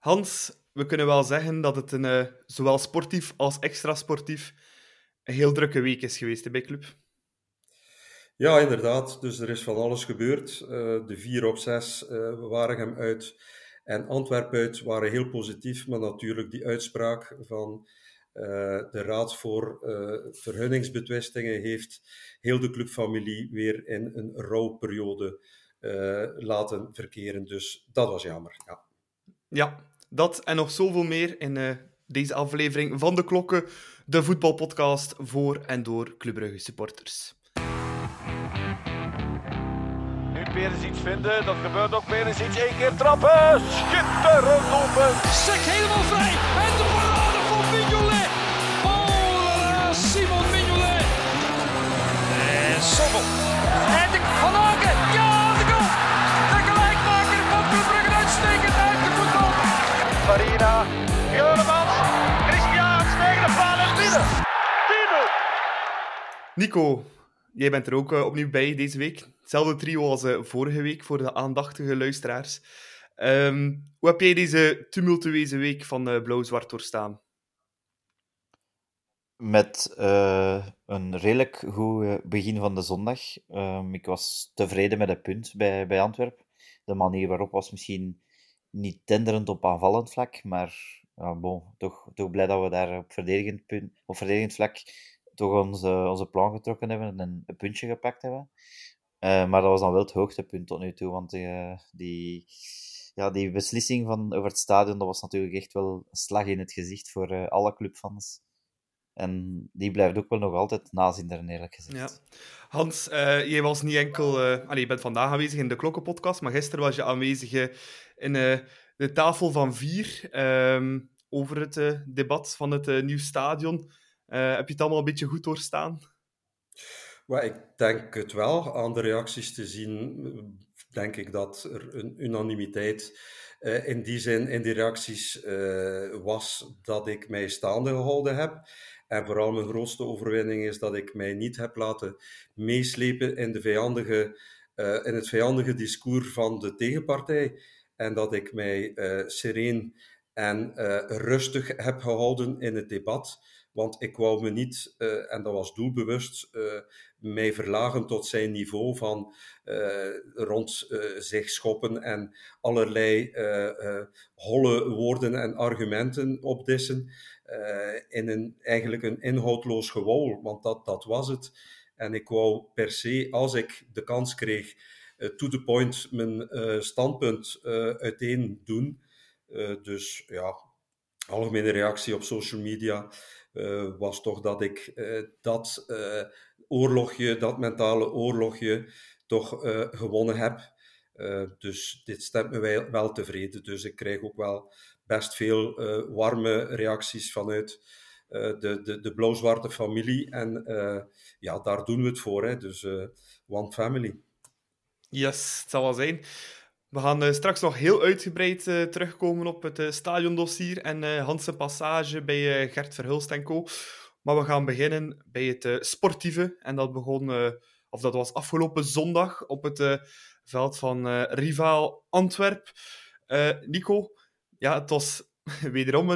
Hans, we kunnen wel zeggen dat het zowel sportief als extra sportief een heel drukke week is geweest hè, bij Club. Ja, inderdaad. Dus er is van alles gebeurd. De 4 op 6, Waregem uit en Antwerpen uit waren heel positief. Maar natuurlijk die uitspraak van de Raad voor Vergunningsbetwistingen heeft heel de clubfamilie weer in een rouwperiode laten verkeren. Dus dat was jammer. Ja. Ja, dat en nog zoveel meer in deze aflevering van De Klokken, de voetbalpodcast voor en door Club Brugge supporters. Nu Perisic vinden, dat gebeurt ook. Perisic 1 keer trappen, schitterend doelpunt. Sek helemaal vrij en de parade van Mignolet. Oh, Simon Mignolet. En Sobel. En Van Aken, ja, de goal. De gelijkmaker van Club Brugge, uitstekend uitgevoetbald. Farina, Juremans, Christian tegen de paal en binnen. 10-0. Nico, jij bent er ook opnieuw bij deze week. Hetzelfde trio als vorige week voor de aandachtige luisteraars. Hoe heb jij deze tumultueuze week van Blauw-Zwart doorstaan? Met een redelijk goed begin van de zondag. Ik was tevreden met het punt bij Antwerpen. De manier waarop was misschien niet tenderend op aanvallend vlak, maar ja, bon, toch blij dat we daar op verdedigend vlak toch onze plan getrokken hebben en een puntje gepakt hebben. Maar dat was dan wel het hoogtepunt tot nu toe, want die beslissing over het stadion, dat was natuurlijk echt wel een slag in het gezicht voor alle clubfans. En die blijft ook wel nog altijd nazinderen, eerlijk gezegd. Ja. Hans, jij was niet enkel... je bent vandaag aanwezig in de Klokkenpodcast, maar gisteren was je aanwezig in de tafel van 4 over het debat van het nieuw stadion. Heb je het allemaal een beetje goed doorstaan? Maar ik denk het wel. Aan de reacties te zien, denk ik dat er een unanimiteit in die zin in die reacties was dat ik mij staande gehouden heb. En vooral mijn grootste overwinning is dat ik mij niet heb laten meeslepen in in het vijandige discours van de tegenpartij. En dat ik mij sereen en rustig heb gehouden in het debat. Want ik wou me niet, en dat was doelbewust, mij verlagen tot zijn niveau van rond zich schoppen en allerlei holle woorden en argumenten opdissen in eigenlijk een inhoudloos gewoel, want dat was het. En ik wou per se, als ik de kans kreeg, to the point mijn standpunt uiteen doen. Dus ja, algemene reactie op social media was toch dat ik dat oorlogje, dat mentale oorlogje, toch gewonnen heb. Dus dit stemt me wel tevreden. Dus ik krijg ook wel best veel warme reacties vanuit de blauw-zwarte familie. En ja, daar doen we het voor. Hè. Dus one family. Yes, het zal wel zijn. We gaan straks nog heel uitgebreid terugkomen op het stadiondossier en Hans' passage bij Gert Verhulst en co. Maar we gaan beginnen bij het sportieve. En dat was afgelopen zondag op het veld van rivaal Antwerp. Nico, ja, het was wederom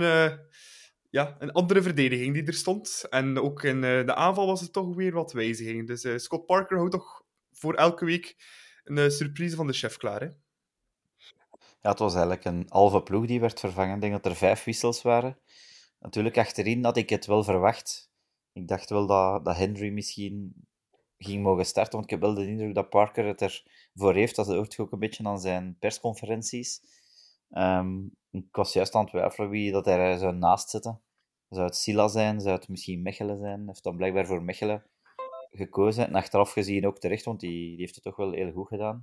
een andere verdediging die er stond. En ook in de aanval was er toch weer wat wijzigingen. Dus Scott Parker houdt toch voor elke week een surprise van de chef klaar, hè? Ja, het was eigenlijk een halve ploeg die werd vervangen. Ik denk dat er 5 wissels waren. Natuurlijk, achterin had ik het wel verwacht. Ik dacht wel dat Henry misschien ging mogen starten, want ik heb wel de indruk dat Parker het ervoor heeft. Dat hoort ook een beetje aan zijn persconferenties. Ik was juist aan het twijfelen wie dat hij zou naast zetten. Zou het Silla zijn? Zou het misschien Mechelen zijn? Hij heeft dan blijkbaar voor Mechelen gekozen. En achteraf gezien ook terecht, want die heeft het toch wel heel goed gedaan.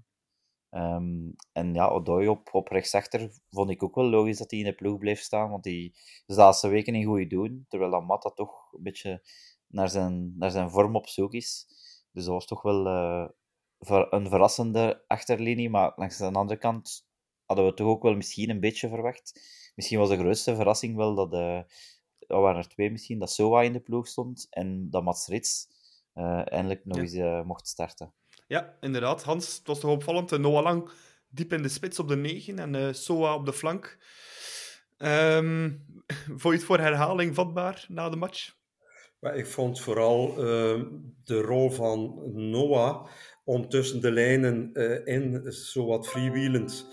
En ja, Odoi op rechtsachter vond ik ook wel logisch dat hij in de ploeg bleef staan, want die is de laatste weken in goede doen, terwijl dat Matta toch een beetje naar zijn vorm op zoek is. Dus dat was toch wel een verrassende achterlinie, maar langs de andere kant hadden we toch ook wel misschien een beetje verwacht. Misschien was de grootste verrassing wel dat waren er 2 misschien, dat Soa in de ploeg stond en dat Mats Rits eindelijk nog eens mocht starten. Ja, inderdaad. Hans, het was toch opvallend. Noah Lang diep in de spits op de 9 en Soa op de flank. Vond je het voor herhaling vatbaar na de match? Maar ik vond vooral de rol van Noah om tussen de lijnen in zowat freewheelend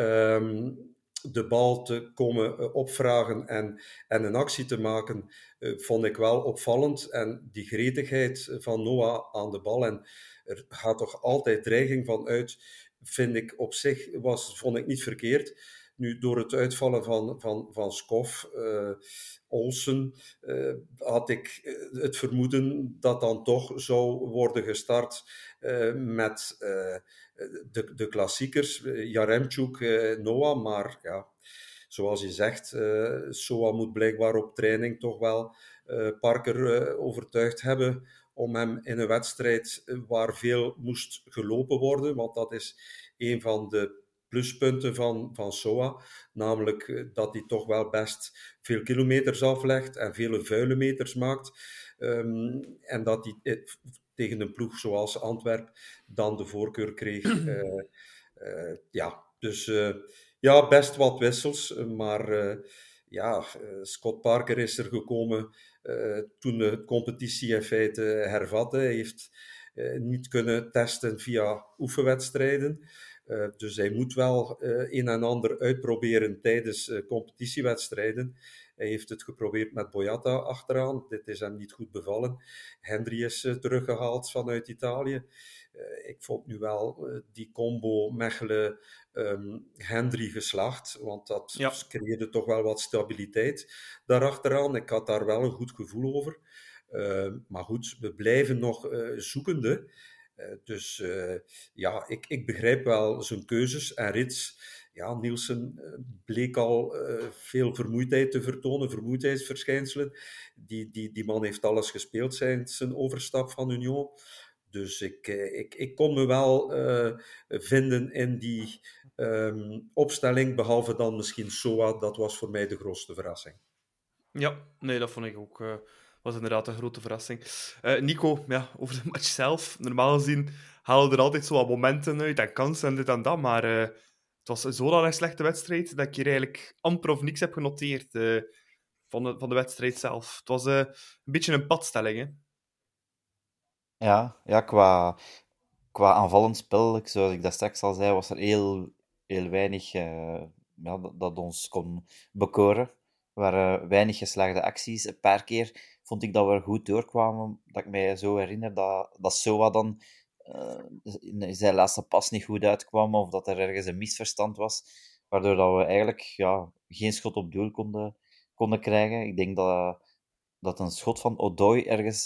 de bal te komen opvragen en een actie te maken, vond ik wel opvallend. En die gretigheid van Noah aan de bal, en er gaat toch altijd dreiging van uit, vind ik op zich, vond ik niet verkeerd. Nu, door het uitvallen van Skov, Olsen, had ik het vermoeden dat dan toch zou worden gestart met de klassiekers, Jaremchuk, Noah, maar ja, zoals je zegt, Soa moet blijkbaar op training toch wel Parker overtuigd hebben om hem in een wedstrijd waar veel moest gelopen worden, want dat is een van de pluspunten van Soa, namelijk dat hij toch wel best veel kilometers aflegt en vele vuile meters maakt. En dat hij tegen een ploeg zoals Antwerp dan de voorkeur kreeg. Ja, dus ja, best wat wissels, maar ja, Scott Parker is er gekomen toen de competitie in feite hervatte. Hij heeft niet kunnen testen via oefenwedstrijden. Dus hij moet wel een en ander uitproberen tijdens competitiewedstrijden. Hij heeft het geprobeerd met Boyata achteraan. Dit is hem niet goed bevallen. Hendry is teruggehaald vanuit Italië. Ik vond nu wel die combo Mechelen-Hendry geslaagd, want dat creëerde toch wel wat stabiliteit daarachteraan. Ik had daar wel een goed gevoel over. Maar goed, we blijven nog zoekende. Dus ja, ik begrijp wel zijn keuzes. En Rits, ja, Nielsen bleek al veel vermoeidheid te vertonen, vermoeidheidsverschijnselen. Die man heeft alles gespeeld sinds zijn overstap van Union. Dus ik kon me wel vinden in die opstelling, behalve dan misschien Soa. Dat was voor mij de grootste verrassing. Ja, nee, dat vond ik ook. Was inderdaad een grote verrassing. Nico, ja, over de match zelf. Normaal gezien halen er altijd zo wat momenten uit en kansen en dit en dat, maar het was zo'n een slechte wedstrijd dat ik hier eigenlijk amper of niks heb genoteerd van de wedstrijd zelf. Het was een beetje een padstelling, hè? Ja, qua aanvallend spel, zoals ik dat straks al zei, was er heel weinig dat ons kon bekoren. Er waren weinig geslaagde acties. Een paar keer vond ik dat we er goed doorkwamen. Dat ik mij zo herinner dat Soa dan in zijn laatste pas niet goed uitkwam, of dat er ergens een misverstand was, waardoor dat we eigenlijk geen schot op doel konden krijgen. Ik denk dat een schot van Odoi ergens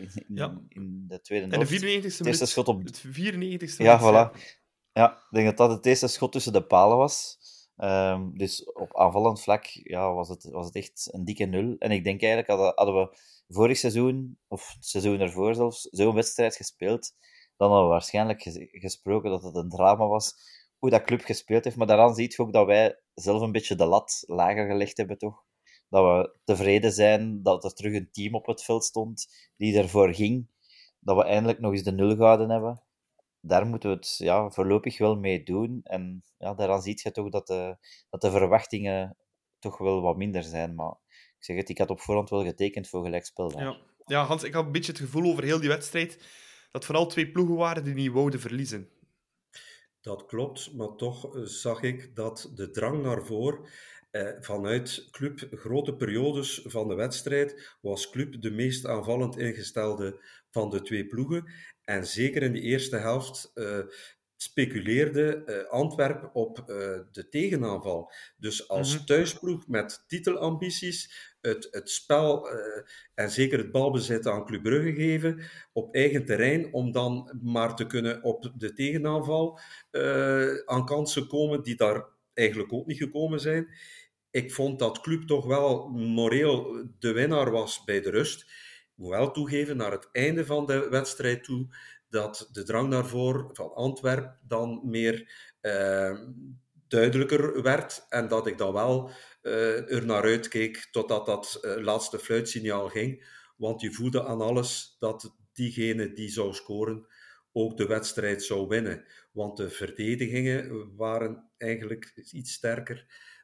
in de tweede helft... En de 94e minuut. Eerste schot op... Het 94e Ja, minuut. voilà. Ja, ik denk dat dat het eerste schot tussen de palen was. Dus op aanvallend vlak was het echt een dikke nul. En ik denk eigenlijk, hadden we vorig seizoen, of het seizoen ervoor zelfs, zo'n wedstrijd gespeeld, dan hadden we waarschijnlijk gesproken dat het een drama was hoe dat club gespeeld heeft. Maar daaraan zie je ook dat wij zelf een beetje de lat lager gelegd hebben, toch? Dat we tevreden zijn dat er terug een team op het veld stond die ervoor ging. Dat we eindelijk nog eens de nul gehouden hebben. Daar moeten we het voorlopig wel mee doen. En daaraan zie je toch dat de verwachtingen toch wel wat minder zijn. Maar ik zeg het, ik had op voorhand wel getekend voor gelijkspel daar. Ja, Hans, ik had een beetje het gevoel over heel die wedstrijd dat vooral twee ploegen waren die niet wouden verliezen. Dat klopt, maar toch zag ik dat de drang naar voren vanuit Club, grote periodes van de wedstrijd, was Club de meest aanvallend ingestelde van de twee ploegen. En zeker in de eerste helft speculeerde Antwerp op de tegenaanval. Dus als thuisploeg met titelambities het spel en zeker het balbezit aan Club Brugge geven op eigen terrein, om dan maar te kunnen op de tegenaanval aan kansen komen die daar eigenlijk ook niet gekomen zijn. Ik vond dat Club toch wel moreel de winnaar was bij de rust. Ik moet wel toegeven, naar het einde van de wedstrijd toe, dat de drang naar voren van Antwerp dan meer duidelijker werd en dat ik dan wel er naar uitkeek totdat dat laatste fluitsignaal ging. Want je voelde aan alles dat diegene die zou scoren ook de wedstrijd zou winnen. Want de verdedigingen waren eigenlijk iets sterker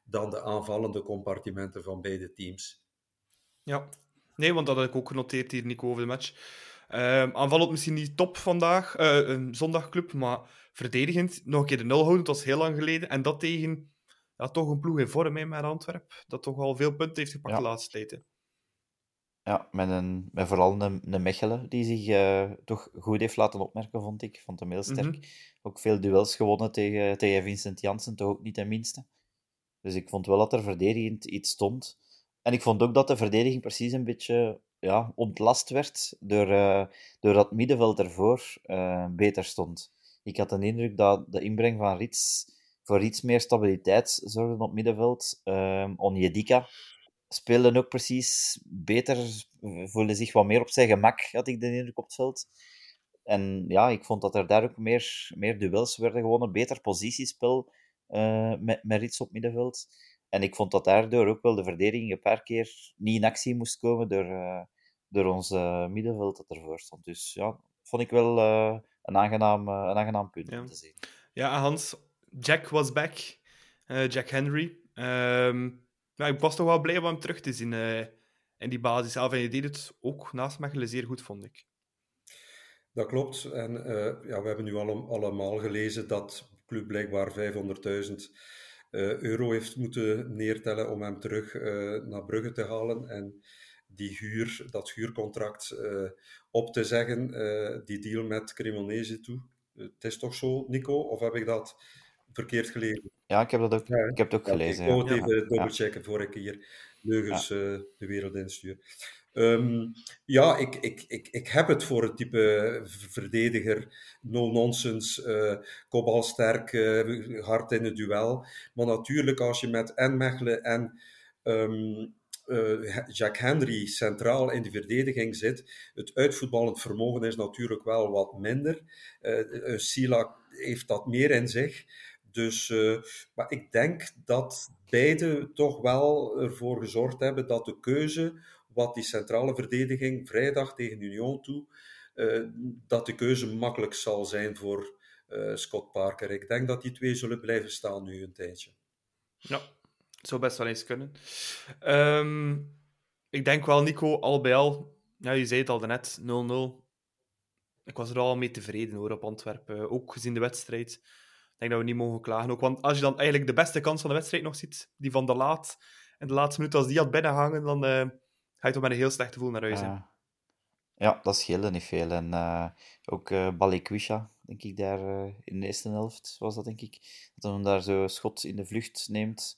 dan de aanvallende compartimenten van beide teams. Ja, nee, want dat had ik ook genoteerd hier, Nico, over de match. Aanvallend misschien niet top vandaag, een zondagclub, maar verdedigend nog een keer de nul houden, dat was heel lang geleden. En dat tegen toch een ploeg in vorm hè, met Antwerp, dat toch al veel punten heeft gepakt de laatste tijd. Hè. Ja, met vooral een Mechelen, die zich toch goed heeft laten opmerken, vond ik. Ik vond hem heel sterk. Ook veel duels gewonnen tegen Vincent Janssen, toch ook niet ten minste. Dus ik vond wel dat er verdedigend iets stond. En ik vond ook dat de verdediging precies een beetje ontlast werd door dat middenveld ervoor beter stond. Ik had de indruk dat de inbreng van Rits voor iets meer stabiliteit zorgde op middenveld. Onyedika speelde ook precies beter, voelde zich wat meer op zijn gemak, had ik de indruk op het veld. En ja, ik vond dat er daar ook meer duels werden gewonnen, beter positiespel met Rits op middenveld. En ik vond dat daardoor ook wel de verdediging een paar keer niet in actie moest komen door ons middenveld dat ervoor stond. Dus ja, vond ik wel een aangenaam punt om te zien. Ja, Hans, Jack was back. Jack Henry. Ik was toch wel blij om hem terug te zien in die basis. En je deed het ook naast Mechelen zeer goed, vond ik. Dat klopt. En we hebben nu allemaal gelezen dat de club blijkbaar 500.000 euro heeft moeten neertellen om hem terug naar Brugge te halen. En dat huurcontract op te zeggen, die deal met Cremonese toe. Het is toch zo, Nico? Of heb ik dat verkeerd gelezen? Ja, ik heb het ook gelezen. Ik wou het even dubbelchecken voor ik hier leugens de wereld instuur. Ik heb het voor het type verdediger, no-nonsense, kopbalsterk, hard in het duel. Maar natuurlijk, als je met en Mechelen en Jack Henry centraal in de verdediging zit, het uitvoetballend vermogen is natuurlijk wel wat minder. Sila heeft dat meer in zich. Dus, maar ik denk dat beide toch wel ervoor gezorgd hebben dat de keuze, wat die centrale verdediging vrijdag tegen Union toe, dat de keuze makkelijk zal zijn voor Scott Parker. Ik denk dat die twee zullen blijven staan nu een tijdje. Ja, het zou best wel eens kunnen. Ik denk wel, Nico, al bij al, ja, je zei het al daarnet, 0-0. Ik was er al mee tevreden hoor, op Antwerpen. Ook gezien de wedstrijd. Ik denk dat we niet mogen klagen. Ook, want als je dan eigenlijk de beste kans van de wedstrijd nog ziet, die van de Laat, en de laatste minuut, als die had binnenhangen, dan ga je toch met een heel slecht gevoel naar huis. Ja, dat scheelde niet veel. En ook Balikwisha, denk ik, daar in de eerste helft was dat, denk ik. Dat hij daar zo schot in de vlucht neemt.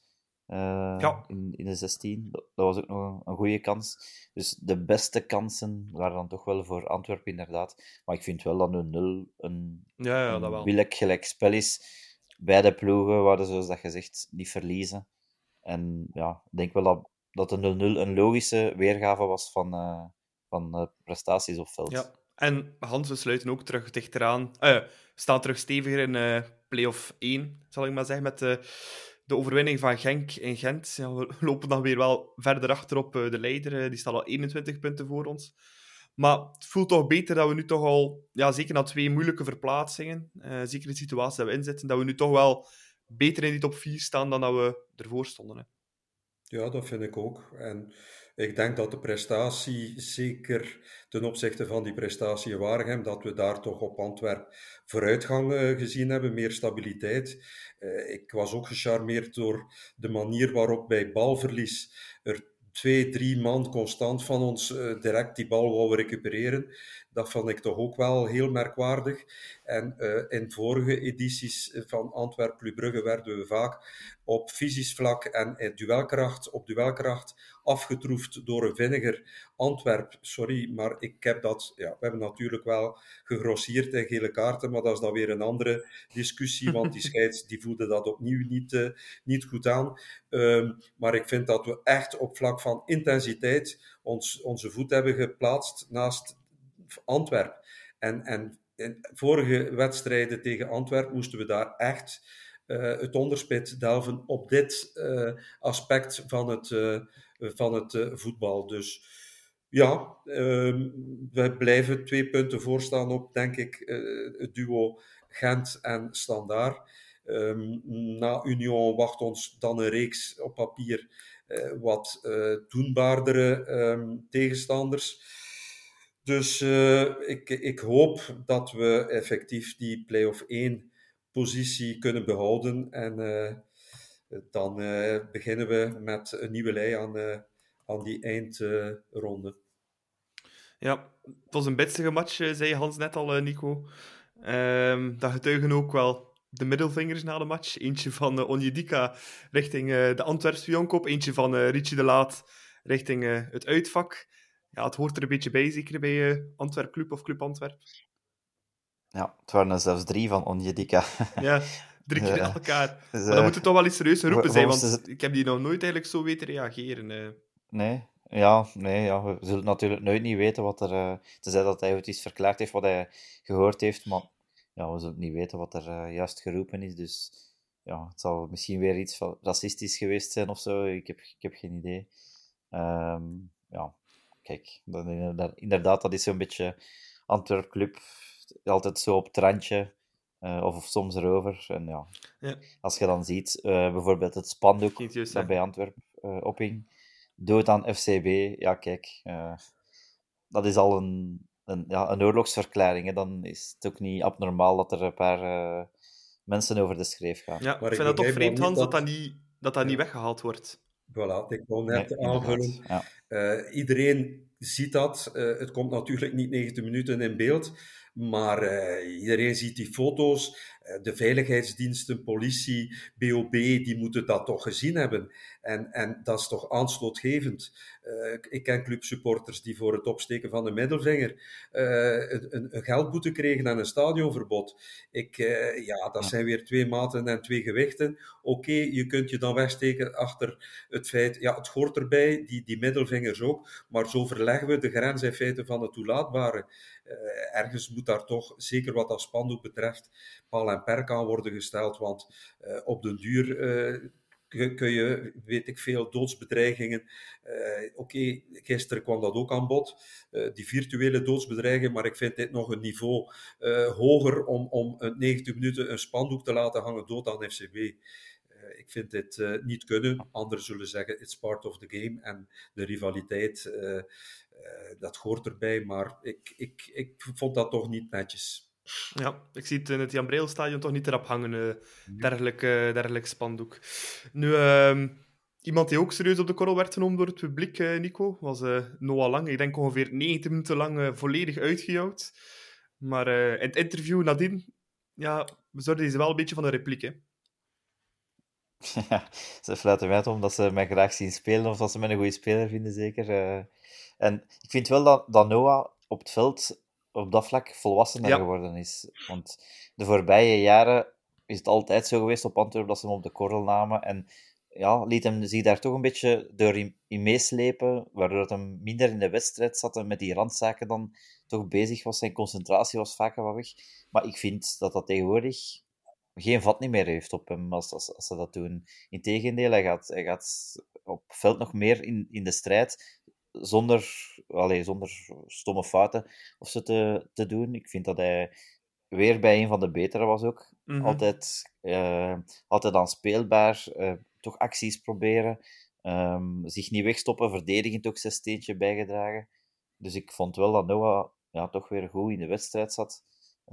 In de 16. Dat was ook nog een goede kans. Dus de beste kansen waren dan toch wel voor Antwerpen, inderdaad. Maar ik vind wel dat 0-0 een billijk gelijk spel is. Beide ploegen waren, zoals dat gezegd, niet verliezen. En ja, ik denk wel dat de 0-0 een logische weergave was van prestaties op veld. Ja, en Hans, we sluiten ook terug dichteraan. Staan terug steviger in play-off 1, zal ik maar zeggen, met de overwinning van Genk in Gent. Ja, we lopen dan weer wel verder achter op de leider. Die staat al 21 punten voor ons. Maar het voelt toch beter dat we nu toch al, zeker na 2 moeilijke verplaatsingen, zeker in de situatie dat we inzitten, dat we nu toch wel beter in die top 4 staan dan dat we ervoor stonden. Hè. Ja, dat vind ik ook. En ik denk dat de prestatie, zeker ten opzichte van die prestatie in Waregem, dat we daar toch op Antwerp vooruitgang gezien hebben, meer stabiliteit. Ik was ook gecharmeerd door de manier waarop bij balverlies er 2-3 man constant van ons direct die bal wou recupereren. Dat vond ik toch ook wel heel merkwaardig. En in vorige edities van Antwerp Club Brugge werden we vaak op fysisch vlak en duelkracht afgetroefd door een vinniger Antwerp. Sorry, maar ik heb dat... Ja, we hebben natuurlijk wel gegrosseerd in gele kaarten, maar dat is dan weer een andere discussie, want die scheids die voelde dat opnieuw niet goed aan. Maar ik vind dat we echt op vlak van intensiteit onze voet hebben geplaatst naast Antwerp. En in vorige wedstrijden tegen Antwerp moesten we daar echt het onderspit delven op dit aspect van het voetbal. Dus ja, we blijven 2 punten voorstaan op, denk ik, het duo Gent en Standaard. Na Union wacht ons dan een reeks op papier wat doenbaardere tegenstanders. Dus ik hoop dat we effectief die play-off 1 positie kunnen behouden. En dan beginnen we met een nieuwe lei aan die eindronde. Ja, het was een bitsige match, zei Hans net al, Nico. Dat getuigen ook wel de middelvingers na de match. Eentje van Onyedika richting de Antwerpse Jonkop. Eentje van Richie de Laat richting het uitvak. Ja, het hoort er een beetje bij, zeker bij Antwerp Club of Club Antwerp. Ja, het waren er zelfs 3 van Onyedika. Ja, 3 keer na elkaar. Dus, Maar dan moet het toch wel iets serieus geroepen zijn, volgens want ik heb die nog nooit eigenlijk zo weten reageren. Nee, ja, we zullen natuurlijk nooit niet weten wat er... tenzij dat hij iets verklaard heeft wat hij gehoord heeft, maar ja, we zullen niet weten wat er juist geroepen is. Dus ja, het zal misschien weer iets van racistisch geweest zijn of zo. Ik heb geen idee. Ja, kijk, inderdaad, dat is zo'n beetje Antwerp Club. Altijd zo op het randje. Of soms erover. En ja, als je dan ziet, bijvoorbeeld het spandoek dat bij Antwerp ophing. Dood aan FCB, ja kijk, dat is al een oorlogsverklaring. Hè. Dan is het ook niet abnormaal dat er een paar mensen over de schreef gaan. Ja, ik vind het toch vreemd, Hans, dat niet weggehaald wordt. Voilà, ik wou net aanvullen. Ja. Iedereen ziet dat. Het komt natuurlijk niet 90 minuten in beeld. Maar iedereen ziet die foto's. De veiligheidsdiensten, politie, BOB, die moeten dat toch gezien hebben. En dat is toch aanstootgevend. Ik ken clubsupporters die voor het opsteken van de middelvinger een geldboete kregen en een stadionverbod. Dat zijn weer 2 maten en 2 gewichten. Oké, je kunt je dan wegsteken achter het feit, ja, het hoort erbij, die middelvingers ook, maar zo verleggen we de grens in feite van het toelaatbare. Ergens moet daar toch, zeker wat dat spandoek betreft, paal en perk aan worden gesteld, want op den duur kun je, weet ik veel, doodsbedreigingen. Oké, gisteren kwam dat ook aan bod, die virtuele doodsbedreiging, maar ik vind dit nog een niveau hoger om 90 minuten een spandoek te laten hangen dood aan FCB. Ik vind dit niet kunnen. Anderen zullen zeggen, it's part of the game. En de rivaliteit, dat hoort erbij. Maar ik vond dat toch niet netjes. Ja, ik zie het in het Jan Breelstadion toch niet erop hangen, dergelijk spandoek. Nu, iemand die ook serieus op de korrel werd genomen door het publiek, Nico, was Noah Lang. Ik denk ongeveer 90 minuten lang volledig uitgejouwd. Maar in het interview nadien, ja, bezorgde hij ze wel een beetje van een repliek, hè. Ja, ze fluiten mij uit omdat ze mij graag zien spelen of dat ze mij een goede speler vinden, zeker. En ik vind wel dat Noah op het veld op dat vlak volwassener geworden is. Want de voorbije jaren is het altijd zo geweest op Antwerpen dat ze hem op de korrel namen. En ja, liet hem zich daar toch een beetje door in meeslepen, waardoor het hem minder in de wedstrijd zat en met die randzaken dan toch bezig was. Zijn concentratie was vaker wat weg. Maar ik vind dat tegenwoordig geen vat niet meer heeft op hem als ze dat doen. Integendeel, hij gaat op het veld nog meer in de strijd, zonder stomme fouten of zo te doen. Ik vind dat hij weer bij een van de betere was ook. Mhm. Altijd aanspeelbaar, toch acties proberen, zich niet wegstoppen, verdedigend ook zijn steentje bijgedragen. Dus ik vond wel dat Noah toch weer goed in de wedstrijd zat.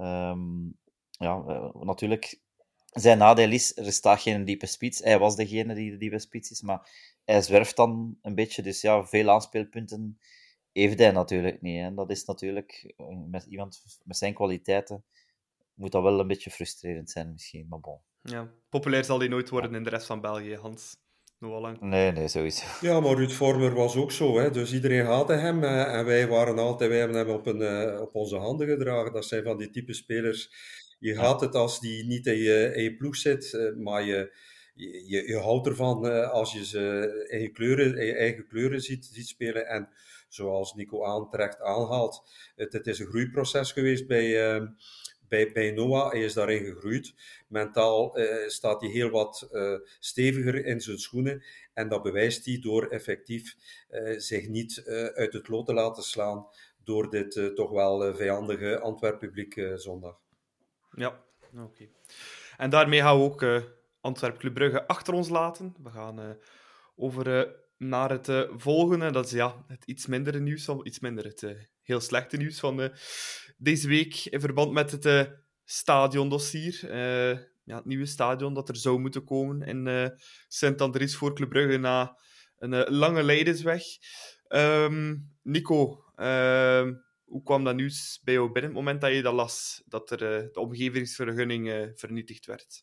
Natuurlijk, zijn nadeel is, er staat geen diepe spits. Hij was degene die de diepe spits is, maar hij zwerft dan een beetje. Dus ja, veel aanspeelpunten heeft hij natuurlijk niet. Hè. Dat is natuurlijk, met iemand met zijn kwaliteiten, moet dat wel een beetje frustrerend zijn misschien, maar bon. Ja, populair zal hij nooit worden in de rest van België, Hans. Noah Lang. Nee, sowieso. Ja, maar Ruud Vormer was ook zo, hè. Dus iedereen haatte hem en wij hebben hem op onze handen gedragen. Dat zijn van die type spelers. Je haat het als die niet in je ploeg zit, maar je houdt ervan als je ze in je eigen kleuren ziet spelen. En zoals Nico terecht aanhaalt, het is een groeiproces geweest bij Noah. Hij is daarin gegroeid. Mentaal staat hij heel wat steviger in zijn schoenen. En dat bewijst hij door effectief zich niet uit het lood te laten slaan door dit toch wel vijandige Antwerp-publiek zondag. Ja, oké. En daarmee gaan we ook Antwerp Club Brugge achter ons laten. We gaan over naar het volgende. Dat is het iets mindere nieuws, het heel slechte nieuws van deze week in verband met het stadiondossier. Het nieuwe stadion dat er zou moeten komen in Sint-Andries voor Club Brugge na een lange lijdensweg. Nico, hoe kwam dat nieuws bij jou binnen het moment dat je dat las, dat er de omgevingsvergunning vernietigd werd?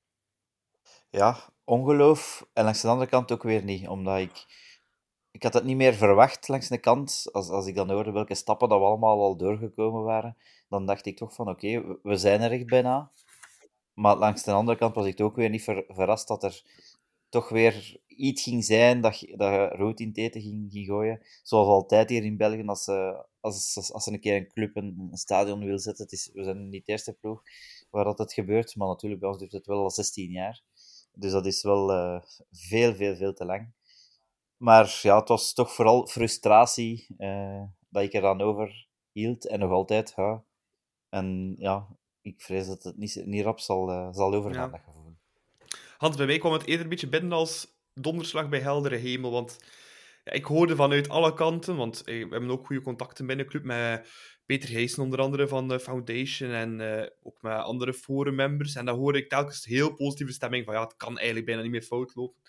Ja, ongeloof. En langs de andere kant ook weer niet, omdat ik had het niet meer verwacht langs de kant. Als ik dan hoorde welke stappen dat we allemaal al doorgekomen waren, dan dacht ik toch van oké, we zijn er echt bijna. Maar langs de andere kant was ik ook weer niet verrast dat er toch weer iets ging zijn dat je rood in het eten ging gooien. Zoals altijd hier in België, als er een keer een club een stadion wil zetten. We zijn niet de eerste ploeg waar dat gebeurt, maar natuurlijk bij ons duurt het wel al 16 jaar. Dus dat is wel veel, veel, veel te lang. Maar ja, het was toch vooral frustratie dat ik er dan over hield. En nog altijd, ja. En ja, ik vrees dat het niet rap zal overgaan, dat gevoel. Hans, bij mij kwam het eerder een beetje binnen als donderslag bij heldere hemel. Want ik hoorde vanuit alle kanten, want we hebben ook goede contacten binnen de club met Peter Gijssen, onder andere van de Foundation, en ook met andere forummembers. En dan hoorde ik telkens heel positieve stemming van het kan eigenlijk bijna niet meer fout lopen.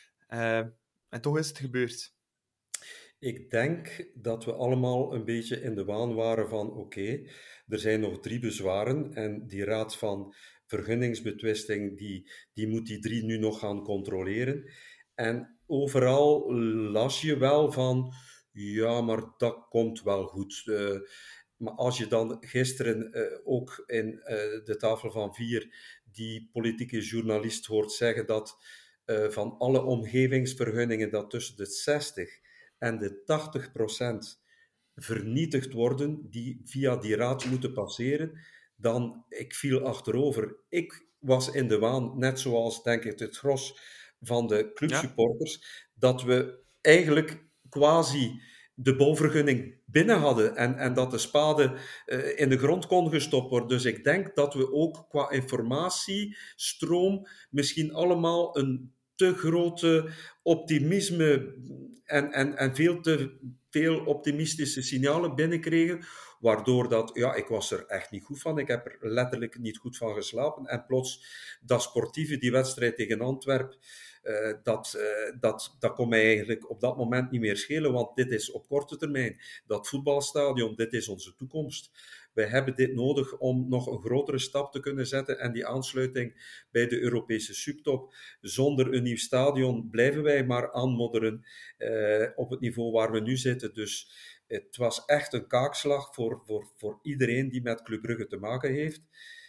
En toch is het gebeurd. Ik denk dat we allemaal een beetje in de waan waren van oké, er zijn nog 3 bezwaren en die raad van vergunningsbetwisting die moet die 3 nu nog gaan controleren. En overal las je wel van ja, maar dat komt wel goed. Maar als je dan gisteren ook in de tafel van 4 die politieke journalist hoort zeggen dat van alle omgevingsvergunningen dat tussen de 60 en de 80% vernietigd worden, die via die raad moeten passeren, dan ik viel achterover. Ik was in de waan, net zoals denk ik het gros van de clubsupporters, dat we eigenlijk quasi de bouwvergunning binnen hadden en dat de spade in de grond kon gestopt worden. Dus ik denk dat we ook qua informatiestroom misschien allemaal een te grote optimisme en veel te veel optimistische signalen binnenkregen, waardoor dat, ik was er echt niet goed van. Ik heb er letterlijk niet goed van geslapen. En plots, dat sportieve, die wedstrijd tegen Antwerpen, dat kon mij eigenlijk op dat moment niet meer schelen, want dit is op korte termijn. Dat voetbalstadion, dit is onze toekomst. Wij hebben dit nodig om nog een grotere stap te kunnen zetten en die aansluiting bij de Europese subtop. Zonder een nieuw stadion blijven wij maar aanmodderen op het niveau waar we nu zitten. Dus het was echt een kaakslag voor iedereen die met Club Brugge te maken heeft.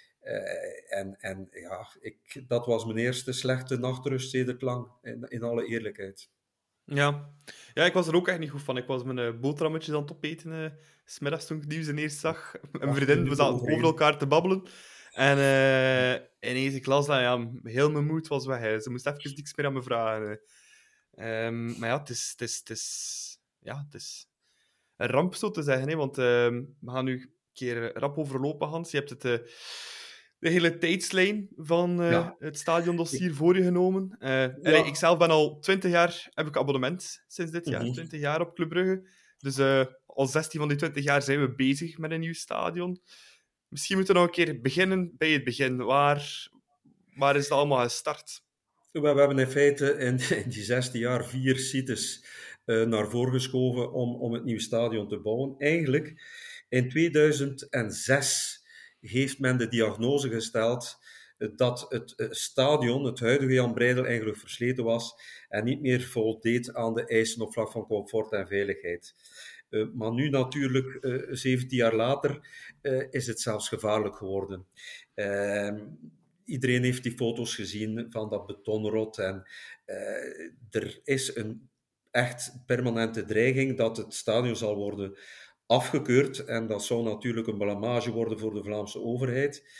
Dat was mijn eerste slechte nachtrust sedert lang, in alle eerlijkheid. Ja, ik was er ook echt niet goed van. Ik was mijn boterhammetjes aan het opeten, 's middags toen ik het nieuws ineens zag. En mijn vriendin, we zaten over elkaar te babbelen. En ineens, ik las dat, heel mijn moed was weg. Ze moest even niks meer aan me vragen. Maar ja, het is een ramp, zo te zeggen. Hè, want we gaan nu een keer rap overlopen, Hans. Je hebt het... de hele tijdslijn van het stadiondossier voor je genomen. Ik zelf ben al 20 jaar, heb ik abonnement sinds dit jaar, 20 jaar op Club Brugge. Dus al 16 van die 20 jaar zijn we bezig met een nieuw stadion. Misschien moeten we nog een keer beginnen bij het begin. Waar is het allemaal gestart? We hebben in feite in die 16 jaar 4 sites naar voren geschoven om het nieuwe stadion te bouwen. Eigenlijk in 2006 heeft men de diagnose gesteld dat het stadion, het huidige Jan Breydel, eigenlijk versleten was en niet meer voldeed aan de eisen op vlak van comfort en veiligheid. Maar nu natuurlijk, 17 jaar later, is het zelfs gevaarlijk geworden. Iedereen heeft die foto's gezien van dat betonrot en er is een echt permanente dreiging dat het stadion zal worden afgekeurd en dat zou natuurlijk een blamage worden voor de Vlaamse overheid.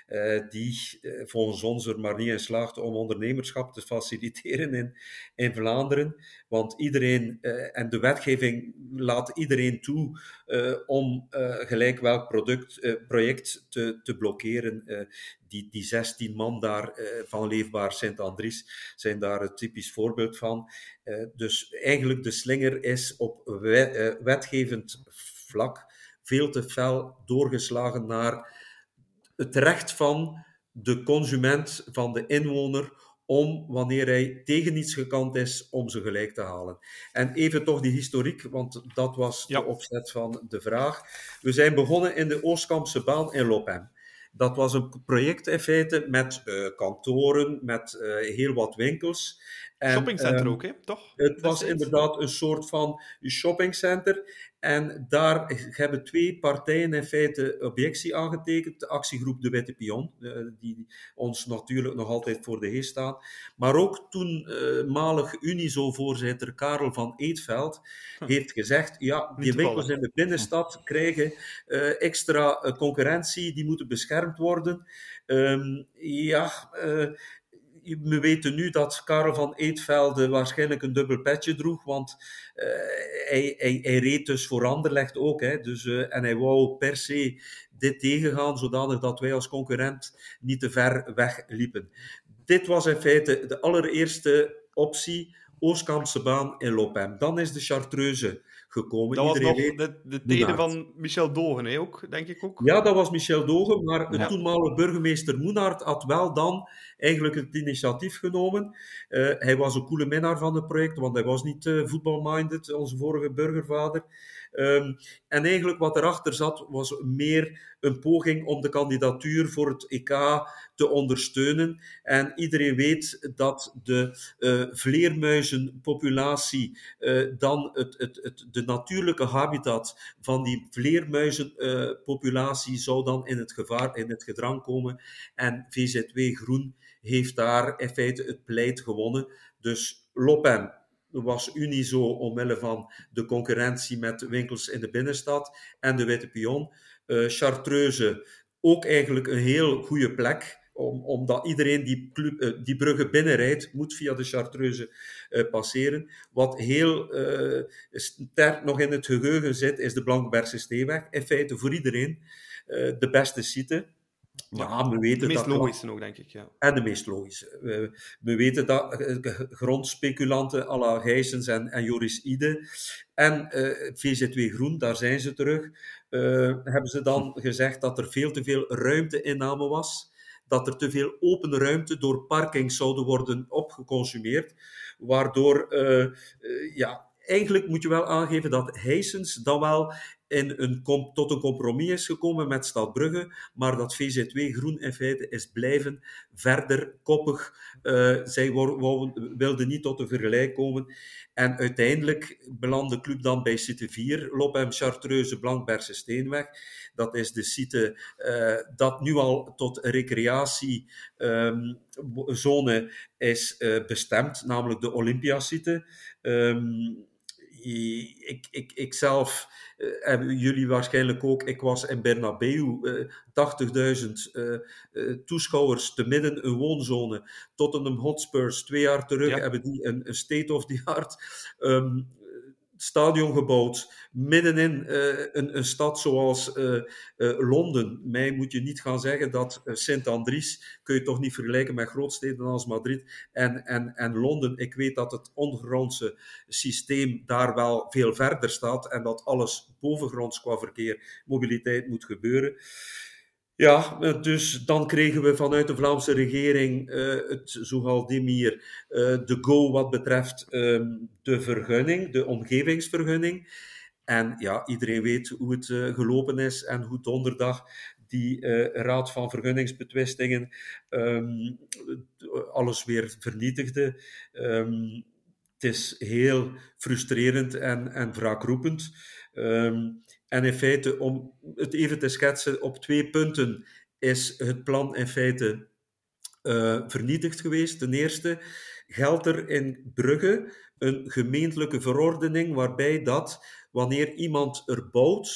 die volgens ons er maar niet in slaagt om ondernemerschap te faciliteren in Vlaanderen. Want iedereen, en de wetgeving laat iedereen toe om gelijk welk project te blokkeren. Die 16 man daar van Leefbaar Sint-Andries zijn daar een typisch voorbeeld van. Dus eigenlijk de slinger is op wetgevend vlak veel te fel doorgeslagen naar het recht van de consument, van de inwoner, om, wanneer hij tegen iets gekant is, om ze gelijk te halen. En even toch die historiek, want dat was de opzet van de vraag. We zijn begonnen in de Oostkampse baan in Lopem. Dat was een project in feite met kantoren, met heel wat winkels. Shoppingcenter ook, hè? Toch? Het was inderdaad een soort van shoppingcenter. En daar hebben 2 partijen in feite objectie aangetekend. De actiegroep De Witte Pion, die ons natuurlijk nog altijd voor de geest staan. Maar ook toenmalig Unizo-voorzitter Karel van Eetveld heeft gezegd, ja, die winkels in de binnenstad krijgen extra concurrentie, die moeten beschermd worden. We weten nu dat Karel van Eetvelde waarschijnlijk een dubbel petje droeg, want hij reed dus voor Anderlecht ook. Hè, dus, en hij wou per se dit tegengaan, zodanig dat wij als concurrent niet te ver wegliepen. Dit was in feite de allereerste optie, Oostkampse baan in Lopem. Dan is de Chartreuse gekomen. Dat was nog de tijden van Michel Dogen, hè, ook, denk ik ook. Ja, dat was Michel Dogen, maar de toenmalige burgemeester Moenaert had wel dan eigenlijk het initiatief genomen. Hij was een coole minnaar van het project, want hij was niet voetbalminded, onze vorige burgervader. En eigenlijk wat erachter zat, was meer een poging om de kandidatuur voor het EK te ondersteunen. En iedereen weet dat de vleermuizenpopulatie dan de natuurlijke habitat van die vleermuizenpopulatie zou dan in het gedrang komen. En VZW Groen heeft daar in feite het pleit gewonnen. Dus Lopem was Unizo omwille van de concurrentie met winkels in de binnenstad en de Witte Pion. Chartreuse, ook eigenlijk een heel goede plek, omdat iedereen die bruggen binnenrijdt, moet via de Chartreuse passeren. Wat heel sterk nog in het geheugen zit, is de Blankbergse Steenweg. In feite voor iedereen de beste site. Ja, we weten de meest dat logische ook, denk ik. Ja. En de meest logische. We weten dat grondspeculanten à la Gijsens en Joris Ide en VZW Groen, daar zijn ze terug, hebben ze dan gezegd dat er veel te veel ruimteinname was, dat er te veel open ruimte door parkings zouden worden opgeconsumeerd, waardoor, eigenlijk moet je wel aangeven dat Gijsens dan wel tot een compromis is gekomen met Stad Brugge, maar dat VZW Groen in feite is blijven verder koppig. Zij wilden niet tot een vergelijk komen. En uiteindelijk belandde de club dan bij site 4, Lopem, Chartreuse, Blankbergse Steenweg. Dat is de site dat nu al tot recreatiezone is bestemd, namelijk de Olympiasite. Ik zelf, jullie waarschijnlijk ook, ik was in Bernabeu, 80.000 toeschouwers te midden, een woonzone. Tottenham Hotspurs, 2 jaar terug, hebben die een state-of-the-art stadion gebouwd, middenin een stad zoals Londen. Mij moet je niet gaan zeggen dat Sint-Andries kun je toch niet vergelijken met grootsteden als Madrid en Londen. Ik weet dat het ondergrondse systeem daar wel veel verder staat en dat alles bovengronds qua verkeer, mobiliteit moet gebeuren. Ja, dus dan kregen we vanuit de Vlaamse regering het Zoegaldimir de go wat betreft de vergunning, de omgevingsvergunning. En ja, iedereen weet hoe het gelopen is en hoe donderdag die Raad van Vergunningsbetwistingen alles weer vernietigde. Het is heel frustrerend en wraakroepend. En in feite, om het even te schetsen, op 2 punten is het plan in feite vernietigd geweest. Ten eerste geldt er in Brugge een gemeentelijke verordening waarbij dat, wanneer iemand er bouwt,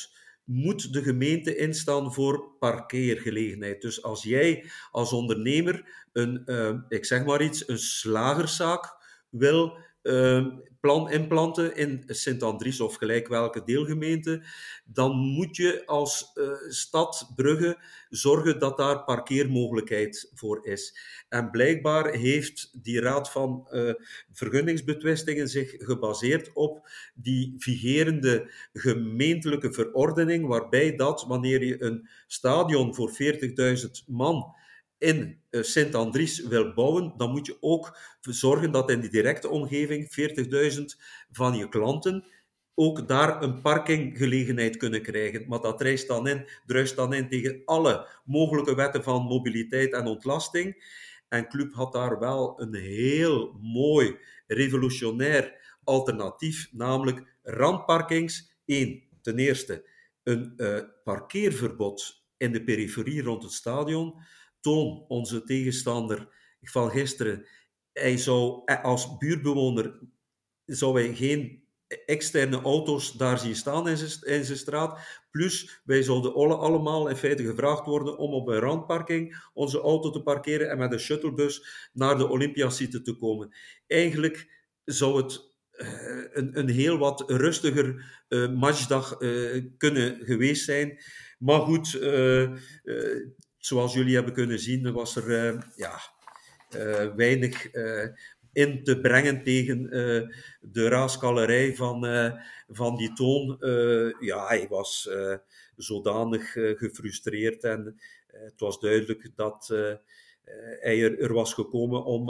moet de gemeente instaan voor parkeergelegenheid. Dus als jij als ondernemer ik zeg maar iets, een slagerszaak wil inplanten in Sint-Andries of gelijk welke deelgemeente, dan moet je als stad Brugge zorgen dat daar parkeermogelijkheid voor is. En blijkbaar heeft die Raad van Vergunningsbetwistingen zich gebaseerd op die vigerende gemeentelijke verordening, waarbij dat, wanneer je een stadion voor 40.000 man in Sint-Andries wil bouwen, dan moet je ook zorgen dat in die directe omgeving 40.000 van je klanten ook daar een parkinggelegenheid kunnen krijgen. Maar dat druist dan in tegen alle mogelijke wetten van mobiliteit en ontlasting. En Club had daar wel een heel mooi, revolutionair alternatief, namelijk randparkings. Ten eerste, een parkeerverbod in de periferie rond het stadion. Toon, onze tegenstander van gisteren, hij zou als buurtbewoner zou hij geen externe auto's daar zien staan in zijn straat. Plus, wij zouden allemaal in feite gevraagd worden om op een randparking onze auto te parkeren en met een shuttlebus naar de Olympiasite te komen. Eigenlijk zou het een heel wat rustiger matchdag kunnen geweest zijn. Maar goed, zoals jullie hebben kunnen zien, was er weinig in te brengen tegen de raaskallerij van die Toon. Hij was zodanig gefrustreerd en het was duidelijk dat hij er was gekomen om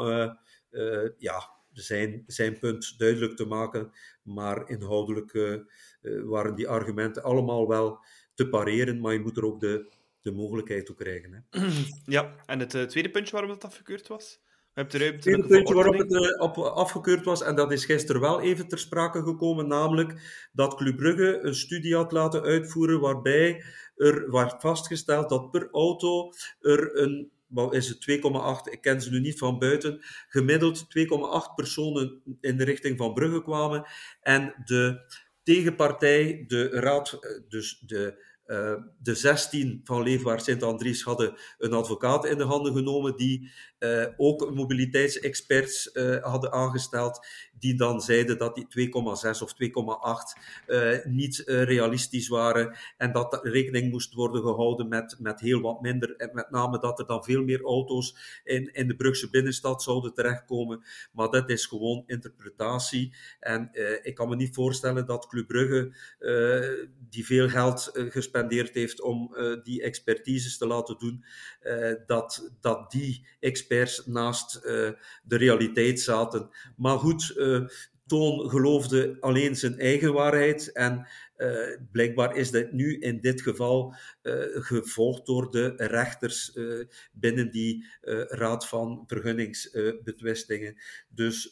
zijn punt duidelijk te maken, maar inhoudelijk waren die argumenten allemaal wel te pareren, maar je moet er ook de mogelijkheid toe krijgen. Hè. Ja, en het tweede puntje waarom dat afgekeurd was? Het tweede puntje waarop het afgekeurd was, en dat is gisteren wel even ter sprake gekomen, namelijk dat Club Brugge een studie had laten uitvoeren waarbij er werd vastgesteld dat per auto er een, wat is het, 2,8, ik ken ze nu niet van buiten, gemiddeld 2,8 personen in de richting van Brugge kwamen en de tegenpartij, de raad, dus de 16 van Leefbaar Sint-Andries hadden een advocaat in de handen genomen die ook mobiliteitsexperts hadden aangesteld, die dan zeiden dat die 2,6 of 2,8 niet realistisch waren en dat rekening moest worden gehouden met heel wat minder en met name dat er dan veel meer auto's in de Brugse binnenstad zouden terechtkomen. Maar dat is gewoon interpretatie en ik kan me niet voorstellen dat Club Brugge die veel geld gespendeerd heeft om die expertises te laten doen, dat die experts naast de realiteit zaten. Maar goed, Toon geloofde alleen zijn eigen waarheid en blijkbaar is dat nu in dit geval gevolgd door de rechters binnen die Raad van Vergunningsbetwistingen. Dus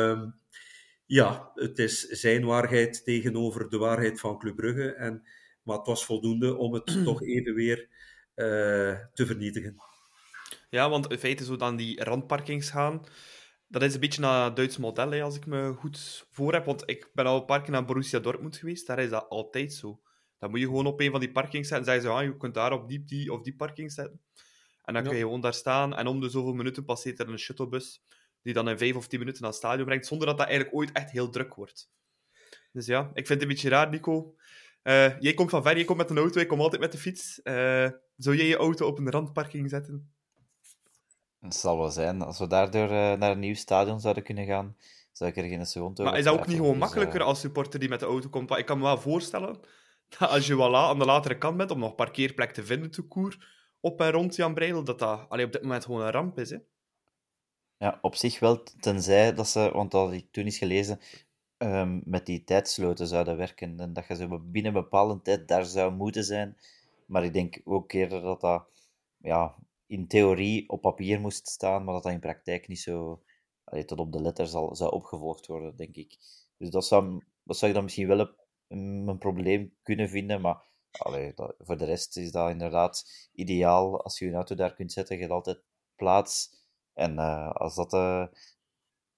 het is zijn waarheid tegenover de waarheid van Club Brugge, maar het was voldoende om het toch even weer te vernietigen. Ja, want in feite zo dan die randparkings gaan, dat is een beetje naar het Duits model, hè, als ik me goed voor heb. Want ik ben al een paar keer naar Borussia Dortmund geweest, daar is dat altijd zo. Dan moet je gewoon op een van die parkings zetten en zeggen ze, je kunt daar op die of die parking zetten. En dan kun je gewoon daar staan en om de zoveel minuten passeert er een shuttlebus die dan in 5 of 10 minuten naar het stadion brengt, zonder dat dat eigenlijk ooit echt heel druk wordt. Dus ja, ik vind het een beetje raar, Nico. Jij komt van ver, jij komt met een auto, ik kom altijd met de fiets. Zou jij je auto op een randparking zetten? Het zal wel zijn. Als we daardoor naar een nieuw stadion zouden kunnen gaan, zou ik er geen seconde over Maar is dat ook niet gewoon dus, makkelijker als supporter die met de auto komt? Want ik kan me wel voorstellen dat als je wel aan de latere kant bent om nog parkeerplek te vinden, te koer, op en rond Jan Breidel, dat op dit moment gewoon een ramp is, hè? Ja, op zich wel, tenzij dat ze, want dat had ik toen eens gelezen, met die tijdsloten zouden werken en dat je zo binnen een bepaalde tijd daar zou moeten zijn. Maar ik denk ook eerder dat dat in theorie op papier moest staan, maar dat dat in praktijk niet zo tot op de letter zou opgevolgd worden, denk ik. Dus dat zou ik dan misschien wel een probleem kunnen vinden, maar voor de rest is dat inderdaad ideaal. Als je je auto daar kunt zetten, je hebt altijd plaats. En als dat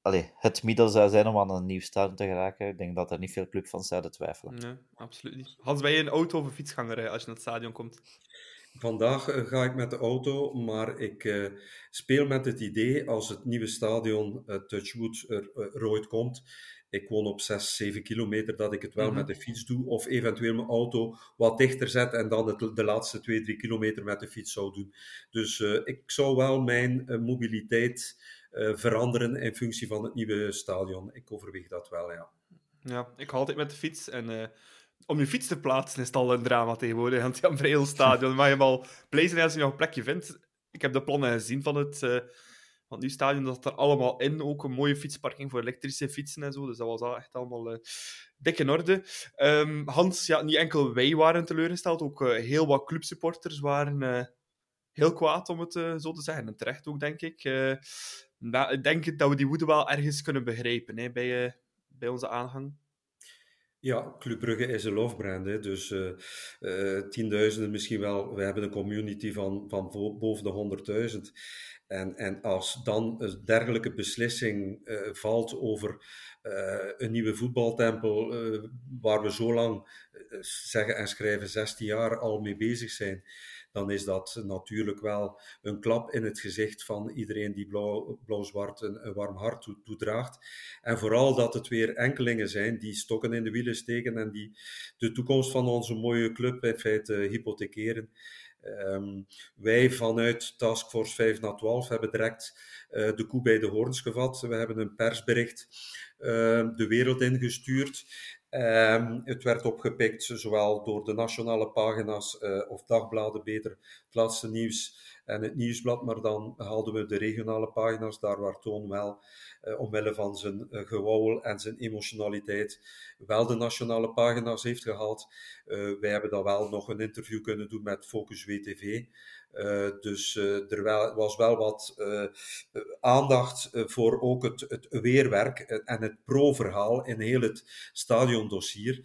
het middel zou zijn om aan een nieuw stadion te geraken. Ik denk dat er niet veel clubfans zouden twijfelen. Nee, absoluut niet. Hans, ben je een auto of een fietsganger als je naar het stadion komt? Vandaag ga ik met de auto, maar ik speel met het idee als het nieuwe stadion Touchwood er ooit komt. Ik woon op 6-7 kilometer, dat ik het wel met de fiets doe. Of eventueel mijn auto wat dichter zet en dan de laatste 2-3 kilometer met de fiets zou doen. Dus ik zou wel mijn mobiliteit veranderen in functie van het nieuwe stadion. Ik overweeg dat wel, ja. Ja, ik ga altijd met de fiets. En om je fiets te plaatsen is het al een drama tegenwoordig. Want Jan Vreelstadion, maar je al blij zijn als je nog een plekje vindt. Ik heb de plannen gezien van het nieuwe stadion. Dat er allemaal in. Ook een mooie fietsparking voor elektrische fietsen en zo. Dus dat was al echt allemaal dik in orde. Hans, ja, niet enkel wij waren teleurgesteld. Ook heel wat clubsupporters waren heel kwaad, om het zo te zeggen. En terecht ook, denk ik. Ik denk dat we die woede wel ergens kunnen begrijpen, hè, bij onze aanhang. Ja, Club Brugge is een lovebrand, hè. Dus tienduizenden misschien wel. We hebben een community van boven de 100.000. En als dan een dergelijke beslissing valt over een nieuwe voetbaltempel, waar we zo lang, zeggen en schrijven, 16 jaar al mee bezig zijn, dan is dat natuurlijk wel een klap in het gezicht van iedereen die blauw-zwart een warm hart toedraagt. En vooral dat het weer enkelingen zijn die stokken in de wielen steken en die de toekomst van onze mooie club in feite hypothekeren. Wij vanuit Taskforce 5 na 12 hebben direct de koe bij de hoorns gevat. We hebben een persbericht de wereld ingestuurd. Het werd opgepikt zowel door de nationale pagina's of dagbladen, beter het laatste nieuws en het nieuwsblad, maar dan haalden we de regionale pagina's, daar waar Toon wel omwille van zijn gewauwel en zijn emotionaliteit wel de nationale pagina's heeft gehaald. Wij hebben dan wel nog een interview kunnen doen met Focus WTV. Dus er was wel wat aandacht voor ook het weerwerk en het pro-verhaal in heel het stadiondossier.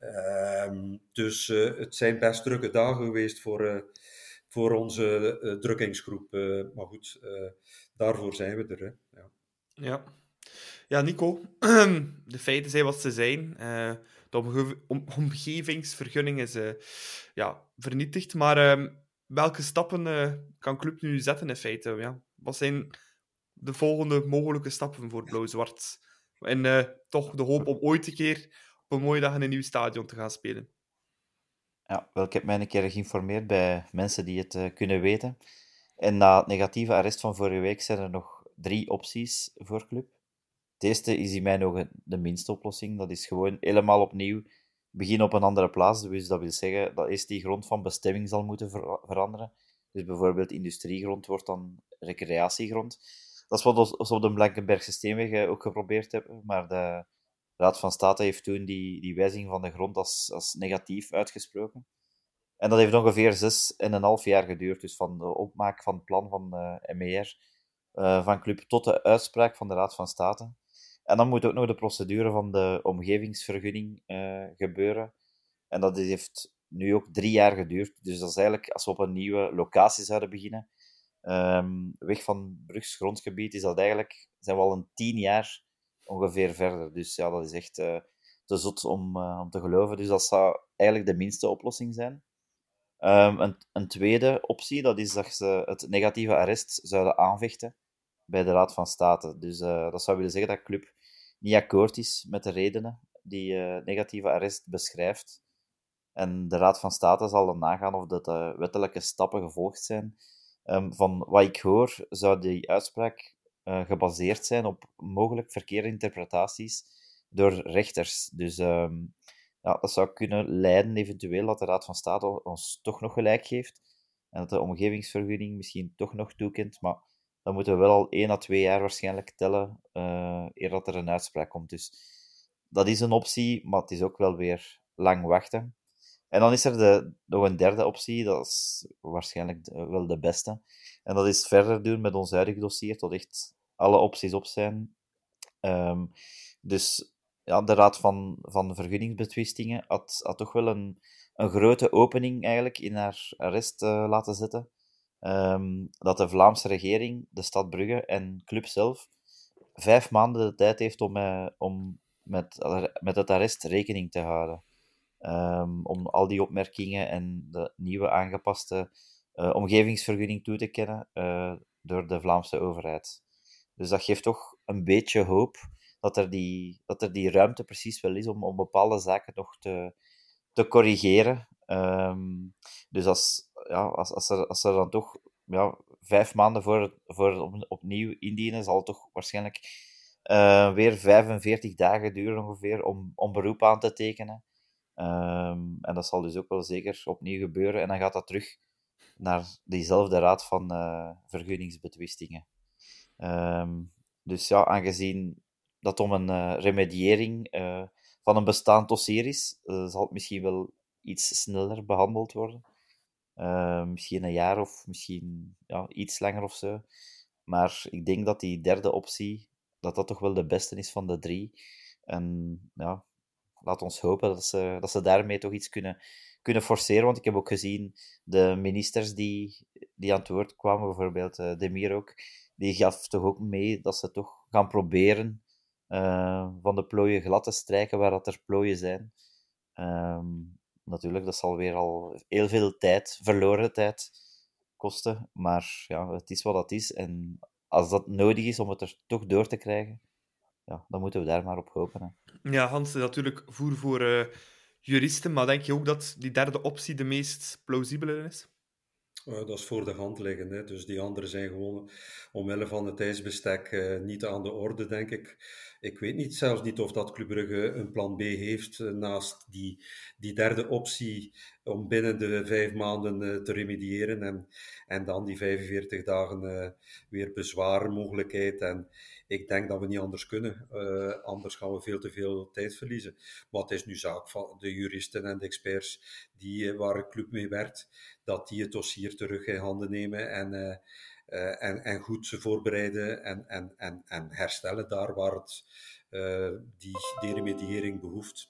Dus het zijn best drukke dagen geweest voor onze drukkingsgroep. Maar goed, daarvoor zijn we er. Hè. Ja. Ja, Nico, de feiten zijn wat ze zijn. De omgevingsvergunning is vernietigd. Maar welke stappen kan Club nu zetten in feite? Ja? Wat zijn de volgende mogelijke stappen voor Blauw-Zwart? En toch de hoop om ooit een keer op een mooie dag in een nieuw stadion te gaan spelen. Ja, wel, ik heb mij een keer geïnformeerd bij mensen die het kunnen weten. En na het negatieve arrest van vorige week zijn er nog 3 opties voor Club. Het eerste is in mijn ogen de minste oplossing. Dat is gewoon helemaal opnieuw beginnen op een andere plaats. Dus dat wil zeggen dat eerst die grond van bestemming zal moeten veranderen. Dus bijvoorbeeld industriegrond wordt dan recreatiegrond. Dat is wat we op de Blankenbergse Steenweg ook geprobeerd hebben. Maar de Raad van State heeft toen die wijziging van de grond als negatief uitgesproken. En dat heeft ongeveer 6,5 jaar geduurd. Dus van de opmaak van het plan van de MER van Club tot de uitspraak van de Raad van State. En dan moet ook nog de procedure van de omgevingsvergunning gebeuren. En dat heeft nu ook 3 jaar geduurd. Dus dat is eigenlijk, als we op een nieuwe locatie zouden beginnen, weg van Brugs grondgebied, zijn we al een 10 jaar ongeveer verder. Dus ja, dat is echt te zot om te geloven. Dus dat zou eigenlijk de minste oplossing zijn. Een tweede optie, dat is dat ze het negatieve arrest zouden aanvechten bij de Raad van State. Dus dat zou willen zeggen dat Club niet akkoord is met de redenen die negatieve arrest beschrijft. En de Raad van State zal dan nagaan of de wettelijke stappen gevolgd zijn. Van wat ik hoor, zou die uitspraak gebaseerd zijn op mogelijk verkeerde interpretaties door rechters. Dus dat zou kunnen leiden eventueel dat de Raad van State ons toch nog gelijk geeft en dat de omgevingsvergunning misschien toch nog toekent, maar dan moeten we wel al 1 à 2 jaar waarschijnlijk tellen eer dat er een uitspraak komt. Dus dat is een optie, maar het is ook wel weer lang wachten. En dan is er nog een derde optie, dat is waarschijnlijk wel de beste. En dat is verder doen met ons huidige dossier, tot echt alle opties op zijn. Dus ja, de Raad van Vergunningsbetwistingen had toch wel een grote opening eigenlijk in haar arrest laten zetten. Dat de Vlaamse regering, de stad Brugge en Club zelf 5 maanden de tijd heeft om met het arrest rekening te houden. Om al die opmerkingen en de nieuwe aangepaste omgevingsvergunning toe te kennen door de Vlaamse overheid. Dus dat geeft toch een beetje hoop dat er die ruimte precies wel is om bepaalde zaken nog te corrigeren. Dus als er dan toch 5 maanden voor opnieuw indienen, zal het toch waarschijnlijk weer 45 dagen duren ongeveer om beroep aan te tekenen. En dat zal dus ook wel zeker opnieuw gebeuren. En dan gaat dat terug naar diezelfde raad van vergunningsbetwistingen. Dus ja, aangezien dat om een remediëring van een bestaand dossier is, zal het misschien wel iets sneller behandeld worden. Misschien een jaar of misschien iets langer of zo. Maar ik denk dat die derde optie, dat toch wel de beste is van de 3. En ja, laat ons hopen dat ze daarmee toch iets kunnen forceren. Want ik heb ook gezien, de ministers die aan het woord kwamen, bijvoorbeeld Demir ook, die gaf toch ook mee dat ze toch gaan proberen van de plooien glad te strijken waar dat er plooien zijn. Natuurlijk, dat zal weer al heel veel tijd, verloren tijd, kosten. Maar ja, het is wat het is. En als dat nodig is om het er toch door te krijgen, dan moeten we daar maar op hopen. Hè. Ja, Hans, is natuurlijk voer voor juristen, maar denk je ook dat die derde optie de meest plausibele is? Dat is voor de hand liggen. Hè. Dus die anderen zijn gewoon omwille van het ijsbestek niet aan de orde, denk ik. Ik weet zelfs niet of dat Club Brugge een plan B heeft naast die derde optie om binnen de 5 maanden te remediëren en dan die 45 dagen weer bezwaarmogelijkheid. En ik denk dat we niet anders kunnen. Anders gaan we veel te veel tijd verliezen. Maar het is nu zaak van de juristen en de experts waar het club mee werkt, dat die het dossier terug in handen nemen en goed voorbereiden en herstellen daar waar het die remediëring behoeft.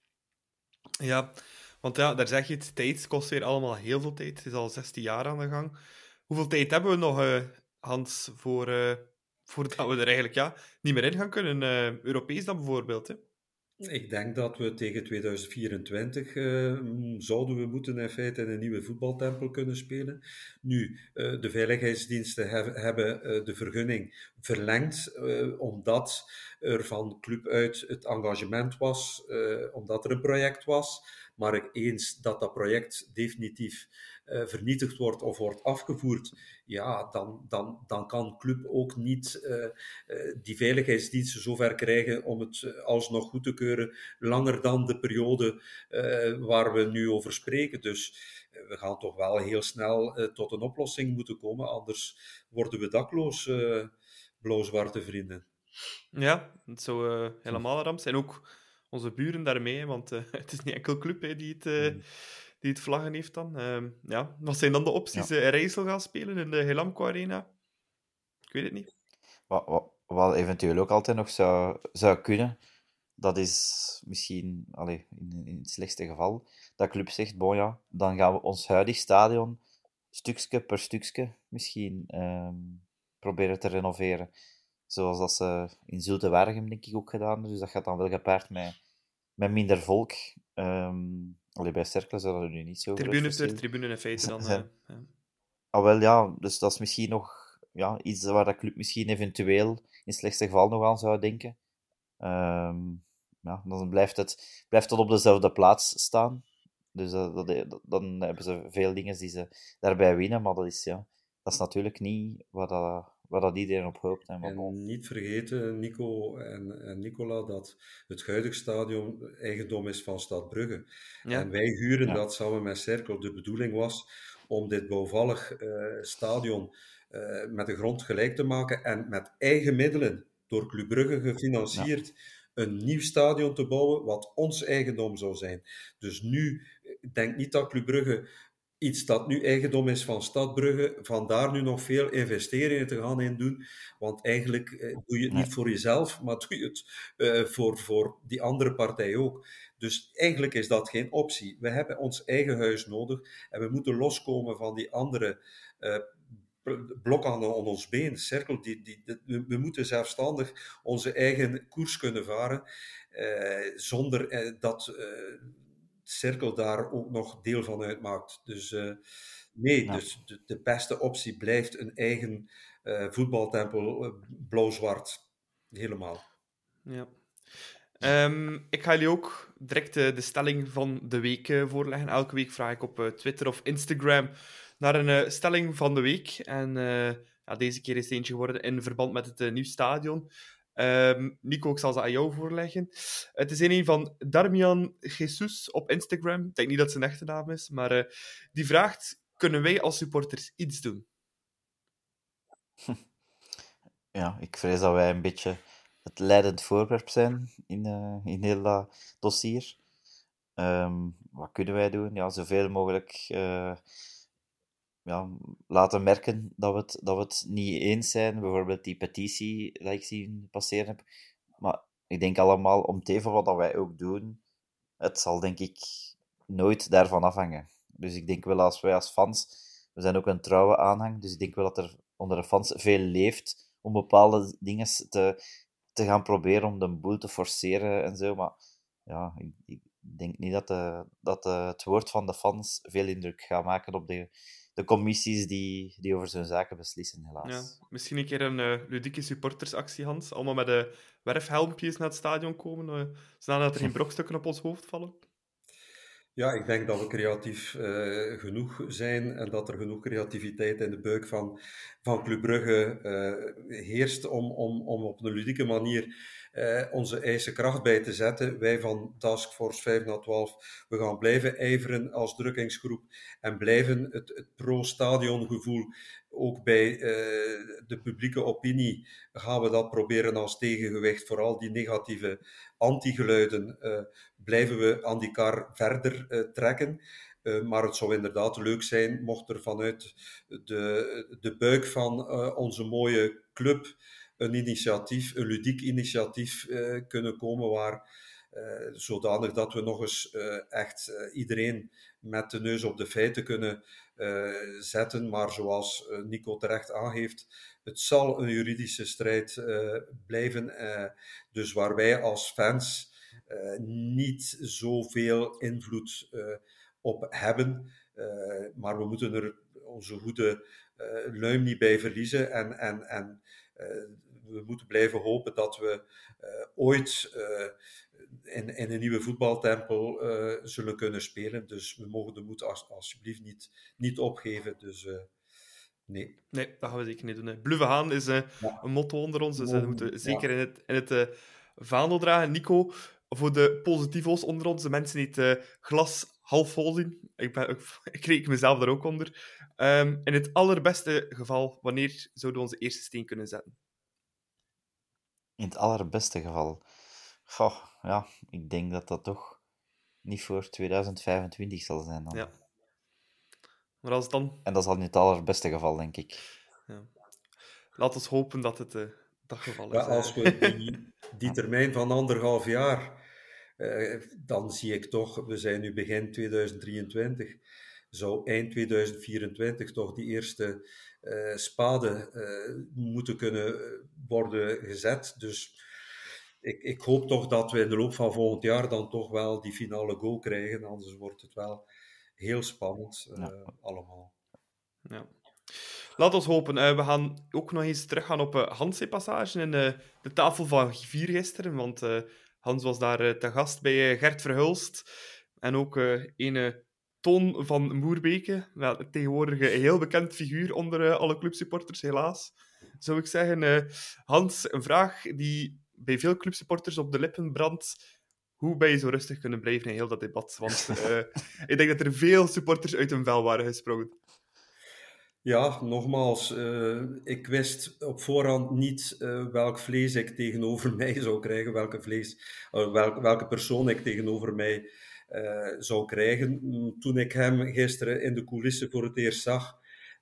Ja, want daar zeg je het, tijd kost weer allemaal heel veel tijd. Het is al 16 jaar aan de gang. Hoeveel tijd hebben we nog, Hans, voordat we er eigenlijk niet meer in gaan kunnen? Europees dan bijvoorbeeld, hè? Ik denk dat we tegen 2024 zouden we moeten in feite in een nieuwe voetbaltempel kunnen spelen. Nu, de veiligheidsdiensten hebben de vergunning verlengd, omdat er van club uit het engagement was, omdat er een project was. Maar eens dat project definitief vernietigd wordt of wordt afgevoerd, ja, dan kan club ook niet die veiligheidsdiensten zover krijgen om het alsnog goed te keuren, langer dan de periode waar we nu over spreken. Dus we gaan toch wel heel snel tot een oplossing moeten komen, anders worden we dakloos, blauw-zwarte vrienden. Ja, het zou helemaal een ramp zijn. Ook onze buren daarmee, want het is niet enkel club die het vlaggen heeft dan. Wat zijn dan de opties? Rijssel gaan spelen in de Helamco Arena? Ik weet het niet. Wat eventueel ook altijd nog zou kunnen, dat is misschien, in het slechtste geval, dat club zegt, dan gaan we ons huidig stadion stukje per stukje misschien proberen te renoveren. Zoals dat ze in Zulte Waregem, denk ik, ook gedaan hebben. Dus dat gaat dan wel gepaard met minder volk. Bij Cercle zou dat nu niet zo tribune per tribune in feite dan. Dus dat is misschien nog iets waar dat club misschien eventueel in het slechtste geval nog aan zou denken. Dan blijft het op dezelfde plaats staan. Dus dan hebben ze veel dingen die ze daarbij winnen, maar dat is natuurlijk niet waar dat iedereen op hoopt. En niet vergeten, Nico en Nicola, dat het huidige stadion eigendom is van Stad Brugge. Ja. En wij huren dat samen met Cercle. De bedoeling was om dit bouwvallig stadion met de grond gelijk te maken en met eigen middelen, door Club Brugge gefinancierd, een nieuw stadion te bouwen wat ons eigendom zou zijn. Dus nu, ik denk niet dat Club Brugge iets dat nu eigendom is van Stad Brugge, vandaar nu nog veel investeringen te gaan in doen. Want eigenlijk doe je het niet voor jezelf, maar doe je het voor die andere partij ook. Dus eigenlijk is dat geen optie. We hebben ons eigen huis nodig en we moeten loskomen van die andere blok aan ons been. Cirkel, we moeten zelfstandig onze eigen koers kunnen varen, zonder dat Cirkel daar ook nog deel van uitmaakt. Dus dus de beste optie blijft een eigen voetbaltempel, blauw-zwart. Helemaal. Ja. Ik ga jullie ook direct de stelling van de week voorleggen. Elke week vraag ik op Twitter of Instagram naar een stelling van de week. En deze keer is het eentje geworden in verband met het nieuw stadion. Nico, ik zal ze aan jou voorleggen. Het is een van Darmian Jesus op Instagram. Ik denk niet dat zijn echte naam is, maar die vraagt: kunnen wij als supporters iets doen? Ja, ik vrees dat wij een beetje het leidend voorwerp zijn in heel dat dossier. Wat kunnen wij doen? Ja, zoveel mogelijk laten merken dat we het niet eens zijn. Bijvoorbeeld die petitie die ik zien passeren heb. Maar ik denk allemaal, om het even wat wij ook doen, het zal denk ik nooit daarvan afhangen. Dus ik denk wel, als wij als fans, we zijn ook een trouwe aanhang, dus ik denk wel dat er onder de fans veel leeft om bepaalde dingen te gaan proberen om de boel te forceren en zo. Maar ja, ik denk niet dat het woord van de fans veel indruk gaat maken op de commissies die over zo'n zaken beslissen, helaas. Ja, misschien een keer een ludieke supportersactie, Hans. Allemaal met de werfhelmpjes naar het stadion komen, zodat er geen brokstukken op ons hoofd vallen. Ja, ik denk dat we creatief genoeg zijn en dat er genoeg creativiteit in de buik van Club Brugge heerst om op een ludieke manier onze eigen kracht bij te zetten. Wij van Taskforce 5 na 12, we gaan blijven ijveren als drukkingsgroep en blijven het pro-stadiongevoel ook bij de publieke opinie gaan we dat proberen als tegengewicht voor al die negatieve anti-geluiden. Blijven we aan die kar verder trekken. Maar het zou inderdaad leuk zijn mocht er vanuit de buik van onze mooie club een ludiek initiatief kunnen komen waar zodanig dat we nog eens echt iedereen met de neus op de feiten kunnen zetten. Maar zoals Nico terecht aangeeft, het zal een juridische strijd blijven. Dus waar wij als fans niet zoveel invloed op hebben. Maar we moeten er onze goede luim niet bij verliezen. En we moeten blijven hopen dat we ooit in een nieuwe voetbaltempel zullen kunnen spelen. Dus we mogen de moed alsjeblieft niet opgeven. Dus nee. Nee, dat gaan we zeker niet doen. Blue Haan is een motto onder ons, dus we moeten zeker in het vaandel dragen. Nico, voor de positivo's onder ons, de mensen die het glas half vol zien, ik reken mezelf daar ook onder. In het allerbeste geval, wanneer zouden we onze eerste steen kunnen zetten? In het allerbeste geval? Goh, ja, ik denk dat dat toch niet voor 2025 zal zijn dan. Ja. Maar als dan... En dat is al in het allerbeste geval, denk ik. Ja. Laat ons hopen dat het dat geval is. Ja, als we die termijn van 1,5 jaar, dan zie ik toch, we zijn nu begin 2023, zou eind 2024 toch die eerste spade moeten kunnen worden gezet. Dus ik hoop toch dat we in de loop van volgend jaar dan toch wel die finale goal krijgen, anders wordt het wel heel spannend allemaal. Ja. Laat ons hopen. We gaan ook nog eens teruggaan op Hans' passage in de tafel van 4 gisteren, want Hans was daar te gast bij Gert Verhulst en ook ene Toon van Moerbeke, wel, tegenwoordig een heel bekend figuur onder alle clubsupporters, helaas, zou ik zeggen. Hans, een vraag die bij veel clubsupporters op de lippen brandt. Hoe ben je zo rustig kunnen blijven in heel dat debat? Want ik denk dat er veel supporters uit hun vel waren gesprongen. Ja, nogmaals, ik wist op voorhand niet welk vlees ik tegenover mij zou krijgen, welke persoon ik tegenover mij zou krijgen. Toen ik hem gisteren in de coulissen voor het eerst zag,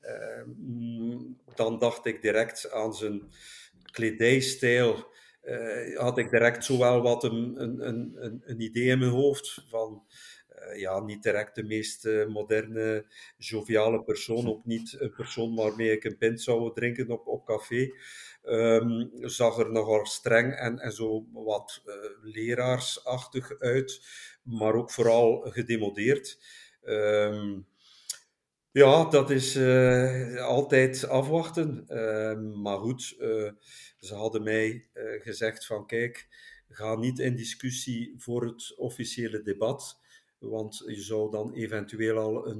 dan dacht ik direct aan zijn kledijstijl. Had ik direct zowel wat een idee in mijn hoofd van niet direct de meest moderne, joviale persoon. Ook niet een persoon waarmee ik een pint zou drinken op café. Zag er nogal streng en zo wat leraarsachtig uit, maar ook vooral gedemodeerd. Ja, dat is altijd afwachten. Maar goed, ze hadden mij gezegd van kijk, ga niet in discussie voor het officiële debat, want je zou dan eventueel al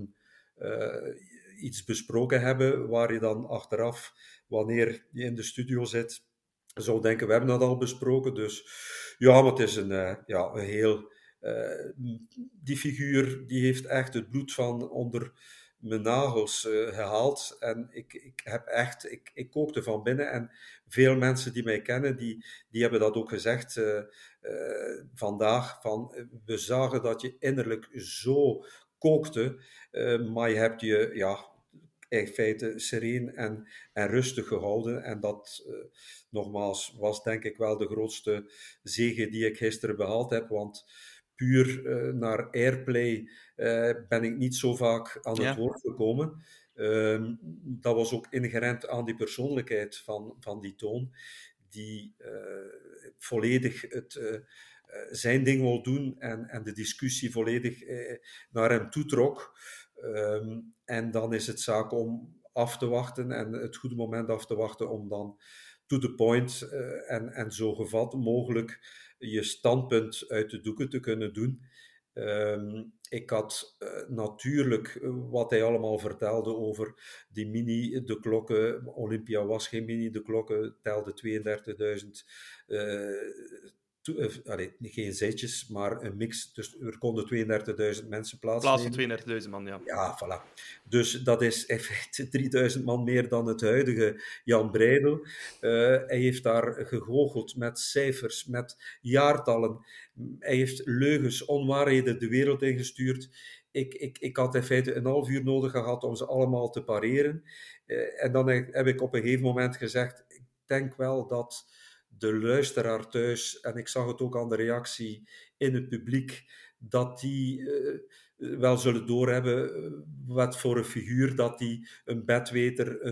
iets besproken hebben waar je dan achteraf, wanneer je in de studio zit, zou denken, we hebben dat al besproken. Dus ja, maar het is een heel... die figuur die heeft echt het bloed van onder mijn nagels gehaald. En ik kookte van binnen. En veel mensen die mij kennen, die hebben dat ook gezegd vandaag. We zagen dat je innerlijk zo kookte, maar je hebt je in feite sereen en rustig gehouden. En dat, nogmaals, was denk ik wel de grootste zege die ik gisteren behaald heb. Want puur naar airplay ben ik niet zo vaak aan het woord gekomen. Dat was ook inherent aan die persoonlijkheid van die Toon, die volledig zijn ding wil doen en de discussie volledig naar hem toetrok. En dan is het zaak om af te wachten en het goede moment af te wachten om dan to the point en zo gevat mogelijk je standpunt uit de doeken te kunnen doen. Ik had natuurlijk wat hij allemaal vertelde over die mini, de klokken. Olympia was geen mini, de klokken telden 32.000 geen zetjes, maar een mix. Dus er konden 32.000 mensen plaatsnemen. Plaats van 32.000 man, ja. Ja, voilà. Dus dat is in feite 3.000 man meer dan het huidige Jan Breidel. Hij heeft daar gegoocheld met cijfers, met jaartallen. Hij heeft leugens, onwaarheden de wereld ingestuurd. Ik had in feite een half uur nodig gehad om ze allemaal te pareren. En dan heb ik op een gegeven moment gezegd, ik denk wel dat de luisteraar thuis, en ik zag het ook aan de reactie in het publiek, dat die wel zullen doorhebben wat voor een figuur dat die een bedweter,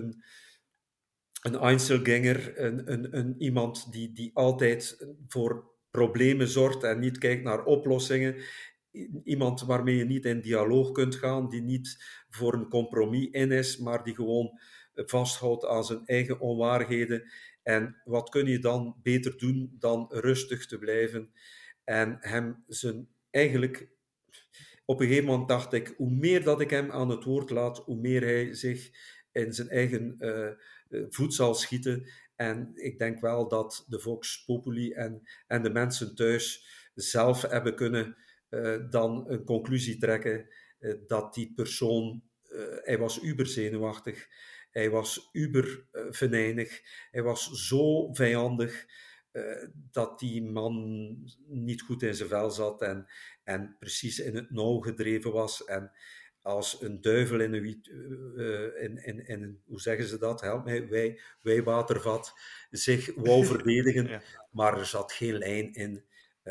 een Einzelgänger, een iemand die altijd voor problemen zorgt en niet kijkt naar oplossingen. Iemand waarmee je niet in dialoog kunt gaan, die niet voor een compromis in is, maar die gewoon vasthoudt aan zijn eigen onwaarheden. En wat kun je dan beter doen dan rustig te blijven en hem eigenlijk... Op een gegeven moment dacht ik, hoe meer dat ik hem aan het woord laat, hoe meer hij zich in zijn eigen voet zal schieten. En ik denk wel dat de Vox Populi en de mensen thuis zelf hebben kunnen dan een conclusie trekken dat die persoon, hij was uber zenuwachtig, hij was uber venijnig, hij was zo vijandig dat die man niet goed in zijn vel zat en precies in het nauw gedreven was en als een duivel in een hoe zeggen ze dat? Help mij, wijwatervat zich wou verdedigen, ja. Maar er zat geen lijn in.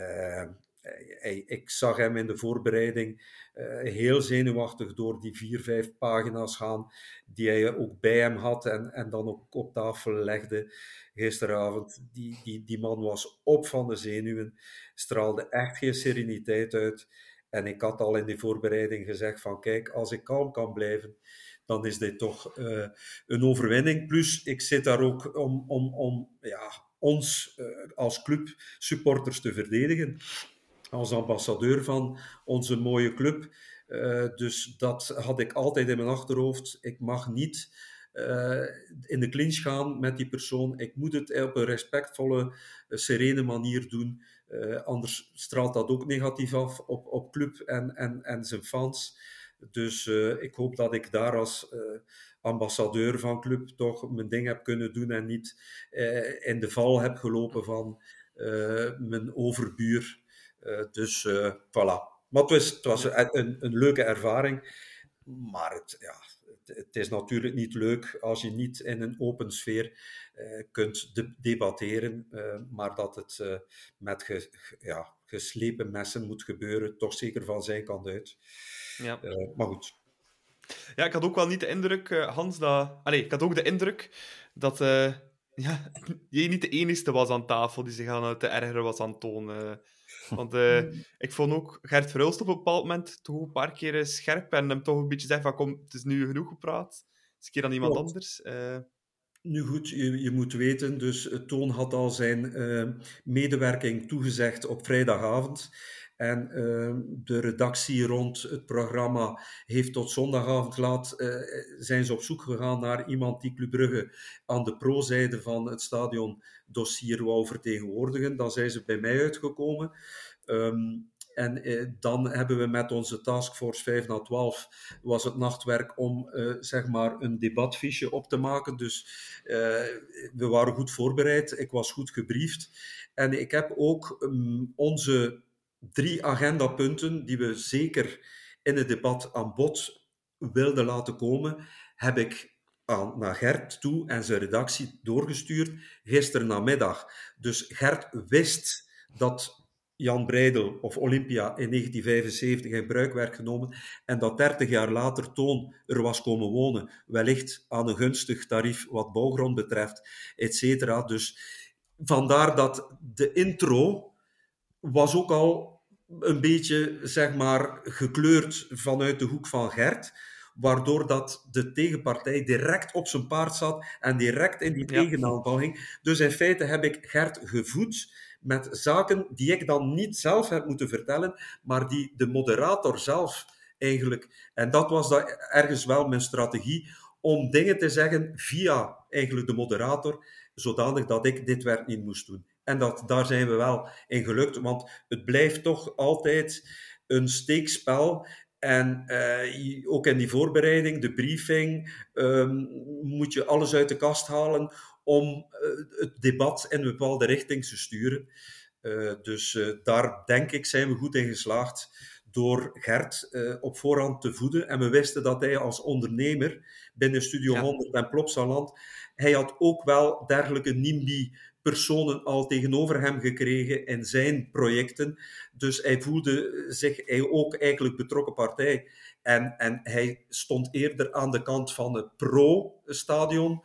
Ik zag hem in de voorbereiding heel zenuwachtig door die 4-5 pagina's gaan die hij ook bij hem had en dan ook op tafel legde gisteravond. Die man was op van de zenuwen, straalde echt geen sereniteit uit. En ik had al in die voorbereiding gezegd van kijk, als ik kalm kan blijven, dan is dit toch een overwinning. Plus, ik zit daar ook om ons als club supporters te verdedigen. Als ambassadeur van onze mooie club. Dus dat had ik altijd in mijn achterhoofd. Ik mag niet in de clinch gaan met die persoon. Ik moet het op een respectvolle, serene manier doen. Anders straalt dat ook negatief af op club en zijn fans. Dus ik hoop dat ik daar als ambassadeur van club toch mijn ding heb kunnen doen en niet in de val heb gelopen van mijn overbuur. Dus voilà. Maar het was een leuke ervaring. Maar het is natuurlijk niet leuk als je niet in een open sfeer kunt debatteren, maar dat het met geslepen messen moet gebeuren, toch zeker van zijn kant uit. Ja. Maar goed. Ja, ik had ook wel niet de indruk, Hans, dat... Allee, ik had ook de indruk dat jij niet de enige was aan tafel die zich aan te ergeren was aan Toon. Want ik vond ook Gert Verhulst op een bepaald moment toch een paar keer scherp en hem toch een beetje zeggen van kom, het is nu genoeg gepraat. Het is een keer aan iemand anders. Nu goed, je moet weten, dus Toon had al zijn medewerking toegezegd op vrijdagavond. En de redactie rond het programma heeft tot zondagavond laat zijn ze op zoek gegaan naar iemand die Club Brugge aan de pro-zijde van het stadiondossier wou vertegenwoordigen. Dan zijn ze bij mij uitgekomen. En dan hebben we met onze taskforce 5 na 12 was het nachtwerk om zeg maar een debatfiche op te maken. Dus we waren goed voorbereid. Ik was goed gebriefd. En ik heb ook onze 3 agendapunten die we zeker in het debat aan bod wilden laten komen, heb ik naar Gert toe en zijn redactie doorgestuurd gisteren namiddag. Dus Gert wist dat Jan Breidel of Olympia in 1975 in gebruik werd genomen en dat 30 jaar later Toon er was komen wonen, wellicht aan een gunstig tarief wat bouwgrond betreft, etc. Dus vandaar dat de intro was ook al een beetje, zeg maar, gekleurd vanuit de hoek van Gert, waardoor dat de tegenpartij direct op zijn paard zat en direct in die tegenaanval ging. Dus in feite heb ik Gert gevoed met zaken die ik dan niet zelf heb moeten vertellen, maar die de moderator zelf eigenlijk... En dat was dan ergens wel mijn strategie, om dingen te zeggen via eigenlijk de moderator, zodanig dat ik dit werk niet moest doen. En daar zijn we wel in gelukt, want het blijft toch altijd een steekspel. En ook in die voorbereiding, de briefing, moet je alles uit de kast halen om het debat in een bepaalde richting te sturen. Dus daar, denk ik, zijn we goed in geslaagd door Gert op voorhand te voeden. En we wisten dat hij als ondernemer binnen Studio 100 en Plopsaland, hij had ook wel dergelijke NIMBY-personen al tegenover hem gekregen in zijn projecten. Dus hij voelde zich ook eigenlijk betrokken partij. En hij stond eerder aan de kant van het pro-stadion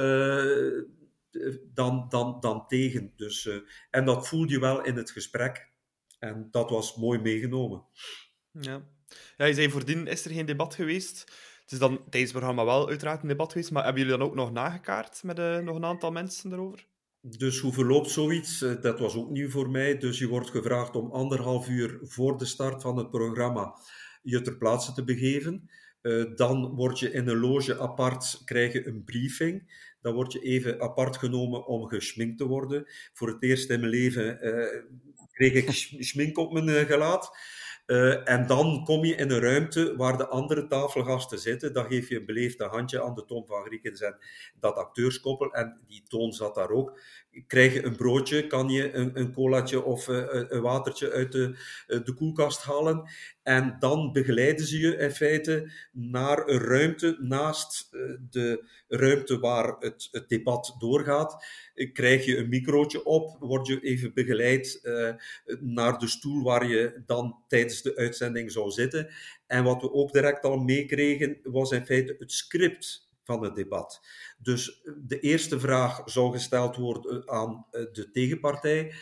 dan tegen. Dus, en dat voelde je wel in het gesprek. En dat was mooi meegenomen. Ja, je zei voordien is er geen debat geweest. Het is dan tijdens het programma wel uiteraard een debat geweest, maar hebben jullie dan ook nog nagekaart met nog een aantal mensen erover? Dus hoe verloopt zoiets? Dat was ook nieuw voor mij. Dus je wordt gevraagd om 1,5 uur voor de start van het programma je ter plaatse te begeven. Dan word je in een loge apart, krijg je een briefing. Dan word je even apart genomen om geschminkt te worden. Voor het eerst in mijn leven kreeg ik schmink op mijn gelaat. En dan kom je in een ruimte waar de andere tafelgasten zitten. Dan geef je een beleefd handje aan de Tom van Griekens en dat acteurskoppel. En die Toon zat daar ook. Krijg je een broodje, kan je een colaatje of een watertje uit de koelkast halen. En dan begeleiden ze je in feite naar een ruimte naast de ruimte waar het debat doorgaat. Krijg je een microotje op, word je even begeleid naar de stoel waar je dan tijdens de uitzending zou zitten. En wat we ook direct al meekregen, was in feite het script van het debat. Dus de eerste vraag zou gesteld worden aan de tegenpartij.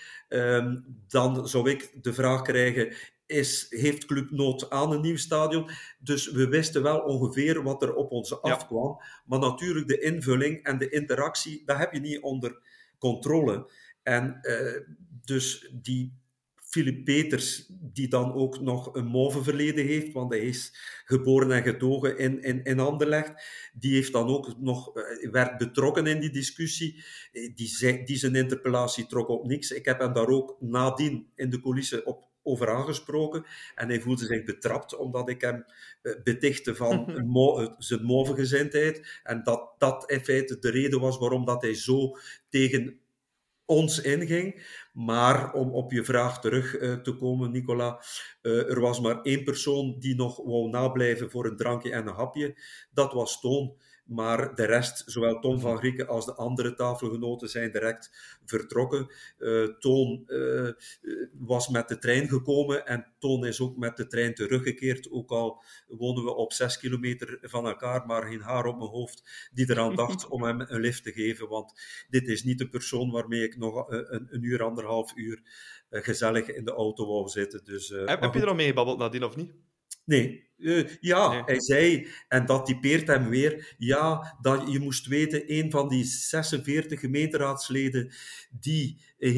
Dan zou ik de vraag krijgen, heeft Club nood aan een nieuw stadion? Dus we wisten wel ongeveer wat er op ons afkwam. Maar natuurlijk de invulling en de interactie, dat heb je niet onder controle. En dus die Philip Peters, die dan ook nog een mauve verleden heeft, want hij is geboren en getogen in Anderlecht, die heeft dan ook nog, werd betrokken in die discussie. Die zijn interpellatie trok op niks. Ik heb hem daar ook nadien in de coulissen over aangesproken. En hij voelde zich betrapt, omdat ik hem betichtte van zijn mauvegezindheid. En dat in feite de reden was waarom dat hij zo tegen ons inging. Maar om op je vraag terug te komen, Nicola, er was maar 1 persoon die nog wou nablijven voor een drankje en een hapje. Dat was Toon. Maar de rest, zowel Tom van Grieken als de andere tafelgenoten, zijn direct vertrokken. Toon was met de trein gekomen en Toon is ook met de trein teruggekeerd. Ook al wonen we op 6 kilometer van elkaar, maar geen haar op mijn hoofd die eraan dacht om hem een lift te geven. Want dit is niet de persoon waarmee ik nog een uur, 1,5 uur gezellig in de auto wou zitten. Dus, Heb je er al mee gebabbeld nadien, of niet? Nee. Nee. Hij zei, en dat typeert hem weer, ja, dat je moest weten, een van die 46 gemeenteraadsleden, die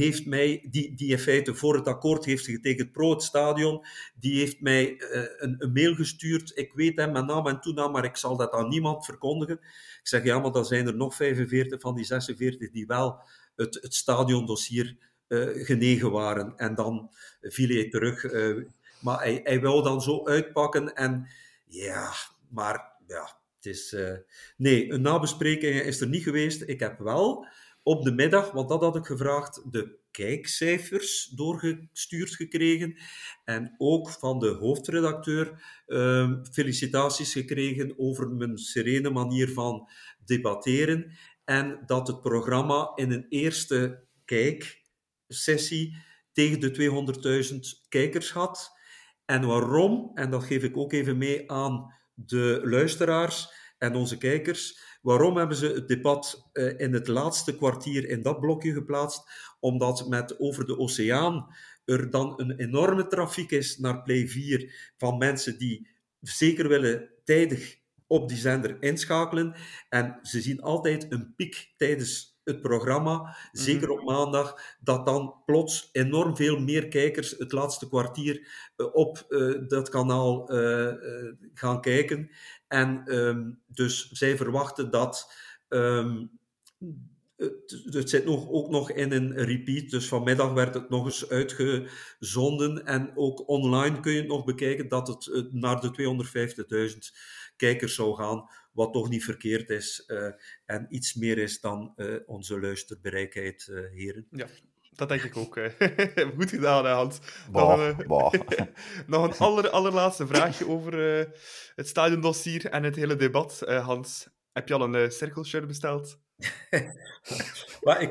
in feite voor het akkoord heeft getekend pro het stadion, die heeft mij een mail gestuurd. Ik weet hem met naam en toenaam, maar ik zal dat aan niemand verkondigen. Ik zeg, ja, maar dan zijn er nog 45 van die 46 die wel het stadiondossier genegen waren. En dan viel hij terug... Maar hij wou dan zo uitpakken en ja, maar ja, het is... Nee, een nabespreking is er niet geweest. Ik heb wel op de middag, want dat had ik gevraagd, de kijkcijfers doorgestuurd gekregen. En ook van de hoofdredacteur felicitaties gekregen over mijn serene manier van debatteren. En dat het programma in een eerste kijksessie tegen de 200.000 kijkers had. En waarom, en dat geef ik ook even mee aan de luisteraars en onze kijkers, waarom hebben ze het debat in het laatste kwartier in dat blokje geplaatst? Omdat met Over de Oceaan er dan een enorme trafiek is naar Play 4 van mensen die zeker willen tijdig op die zender inschakelen. En ze zien altijd een piek tijdens het programma, zeker op maandag, dat dan plots enorm veel meer kijkers het laatste kwartier op dat kanaal gaan kijken. En dus zij verwachten dat... Het zit ook nog in een repeat, dus vanmiddag werd het nog eens uitgezonden en ook online kun je het nog bekijken dat het naar de 250.000 kijkers zou gaan, wat toch niet verkeerd is en iets meer is dan onze luisterbereikheid, heren. Ja, dat denk ik ook. Goed gedaan, Hans. Nog een allerlaatste vraagje over het stadiondossier en het hele debat. Hans, heb je al een cirkelshirt besteld? Maar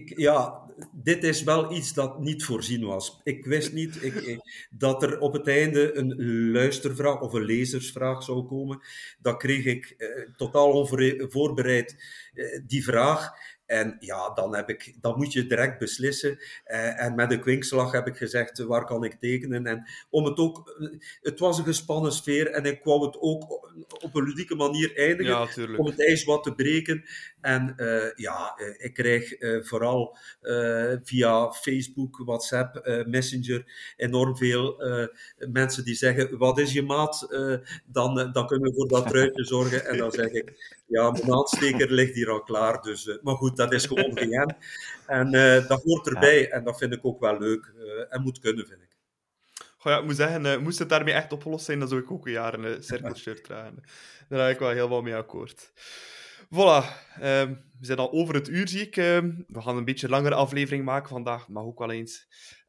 dit is wel iets dat niet voorzien was. Ik wist niet dat er op het einde een luistervraag of een lezersvraag zou komen. Dat kreeg ik totaal onvoorbereid, die vraag. En ja, dan moet je direct beslissen. En met een kwinkslag heb ik gezegd, waar kan ik tekenen? En het was een gespannen sfeer en ik wou het ook op een ludieke manier eindigen, om het ijs wat te breken. En ik krijg vooral via Facebook, WhatsApp, Messenger enorm veel mensen die zeggen, wat is je maat? Dan kunnen we voor dat truitje zorgen. En dan zeg ik, ja, mijn aansteker ligt hier al klaar. Dus, maar goed, dat is gewoon VN. En dat hoort erbij. En dat vind ik ook wel leuk. En moet kunnen, vind ik. Goh, ja, ik moet zeggen, moest het daarmee echt opgelost zijn, dan zou ik ook een jaar een cirkelshirt dragen. Daar ga ik wel helemaal mee akkoord. Voilà. We zijn al over het uur, zie ik. We gaan een beetje langere aflevering maken vandaag, mag ook wel eens.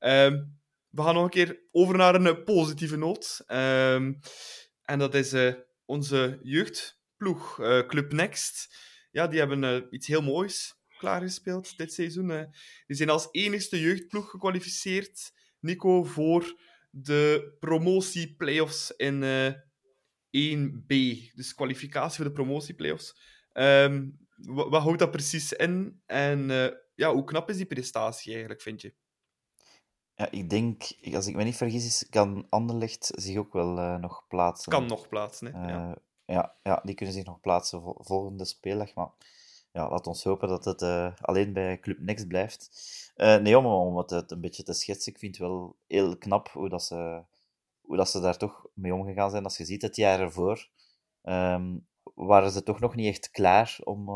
We gaan nog een keer over naar een positieve noot. En dat is onze jeugdploeg, Club Next. Ja, die hebben iets heel moois klaargespeeld dit seizoen. Die zijn als enigste jeugdploeg gekwalificeerd, Nico, voor de promotie-playoffs in 1B. Dus kwalificatie voor de promotie-playoffs. Wat houdt dat precies in? En hoe knap is die prestatie eigenlijk, vind je? Ja, ik denk, als ik me niet vergis, kan Anderlecht zich ook wel nog plaatsen. Kan nog plaatsen, hè? Ja, die kunnen zich nog plaatsen volgende speeldag. Maar ja, laat ons hopen dat het alleen bij Club Next blijft. Nee, om het een beetje te schetsen, ik vind het wel heel knap hoe dat ze daar toch mee omgegaan zijn. Als je ziet, het jaar ervoor waren ze toch nog niet echt klaar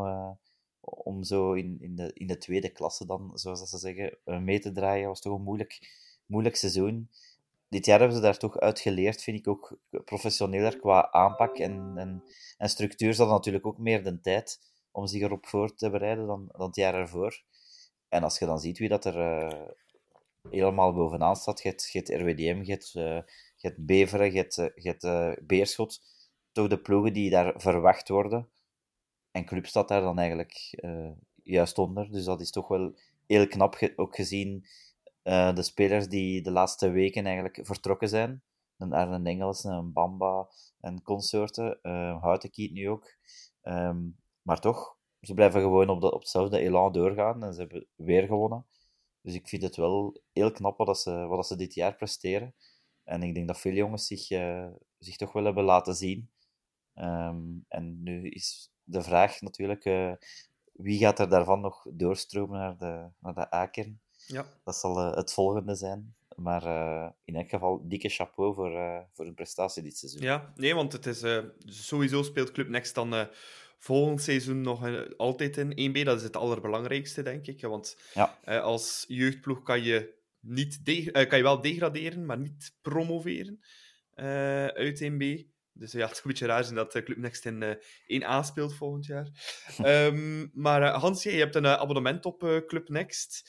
om zo in de tweede klasse dan, zoals dat ze zeggen, mee te draaien. Dat was toch een moeilijk seizoen. Dit jaar hebben ze daar toch uit geleerd, vind ik, ook professioneler qua aanpak en structuur. Ze hadden natuurlijk ook meer de tijd om zich erop voor te bereiden dan het jaar ervoor. En als je dan ziet wie dat er helemaal bovenaan staat, je hebt RWDM, je hebt Beveren, je hebt Beerschot, toch de ploegen die daar verwacht worden. En Club staat daar dan eigenlijk juist onder. Dus dat is toch wel heel knap, ook gezien de spelers die de laatste weken eigenlijk vertrokken zijn. Een Arne Engels, een Bamba en consorten. Houtenkiet nu ook. Maar toch, ze blijven gewoon op hetzelfde elan doorgaan. En ze hebben weer gewonnen. Dus ik vind het wel heel knap wat ze dit jaar presteren. En ik denk dat veel jongens zich toch wel hebben laten zien. En nu is de vraag natuurlijk, wie gaat er daarvan nog doorstromen naar de A-kern? Ja. Dat zal het volgende zijn. Maar in elk geval, dikke chapeau voor hun prestatie dit seizoen. Ja, nee, want het is sowieso speelt Club Next dan volgend seizoen nog altijd in 1B. Dat is het allerbelangrijkste, denk ik. Want Ja. als jeugdploeg kan je, kan je wel degraderen, maar niet promoveren uit 1B. Dus ja, het is een beetje raar zijn dat Club Next in 1A speelt volgend jaar. Maar Hans, je hebt een abonnement op Club Next.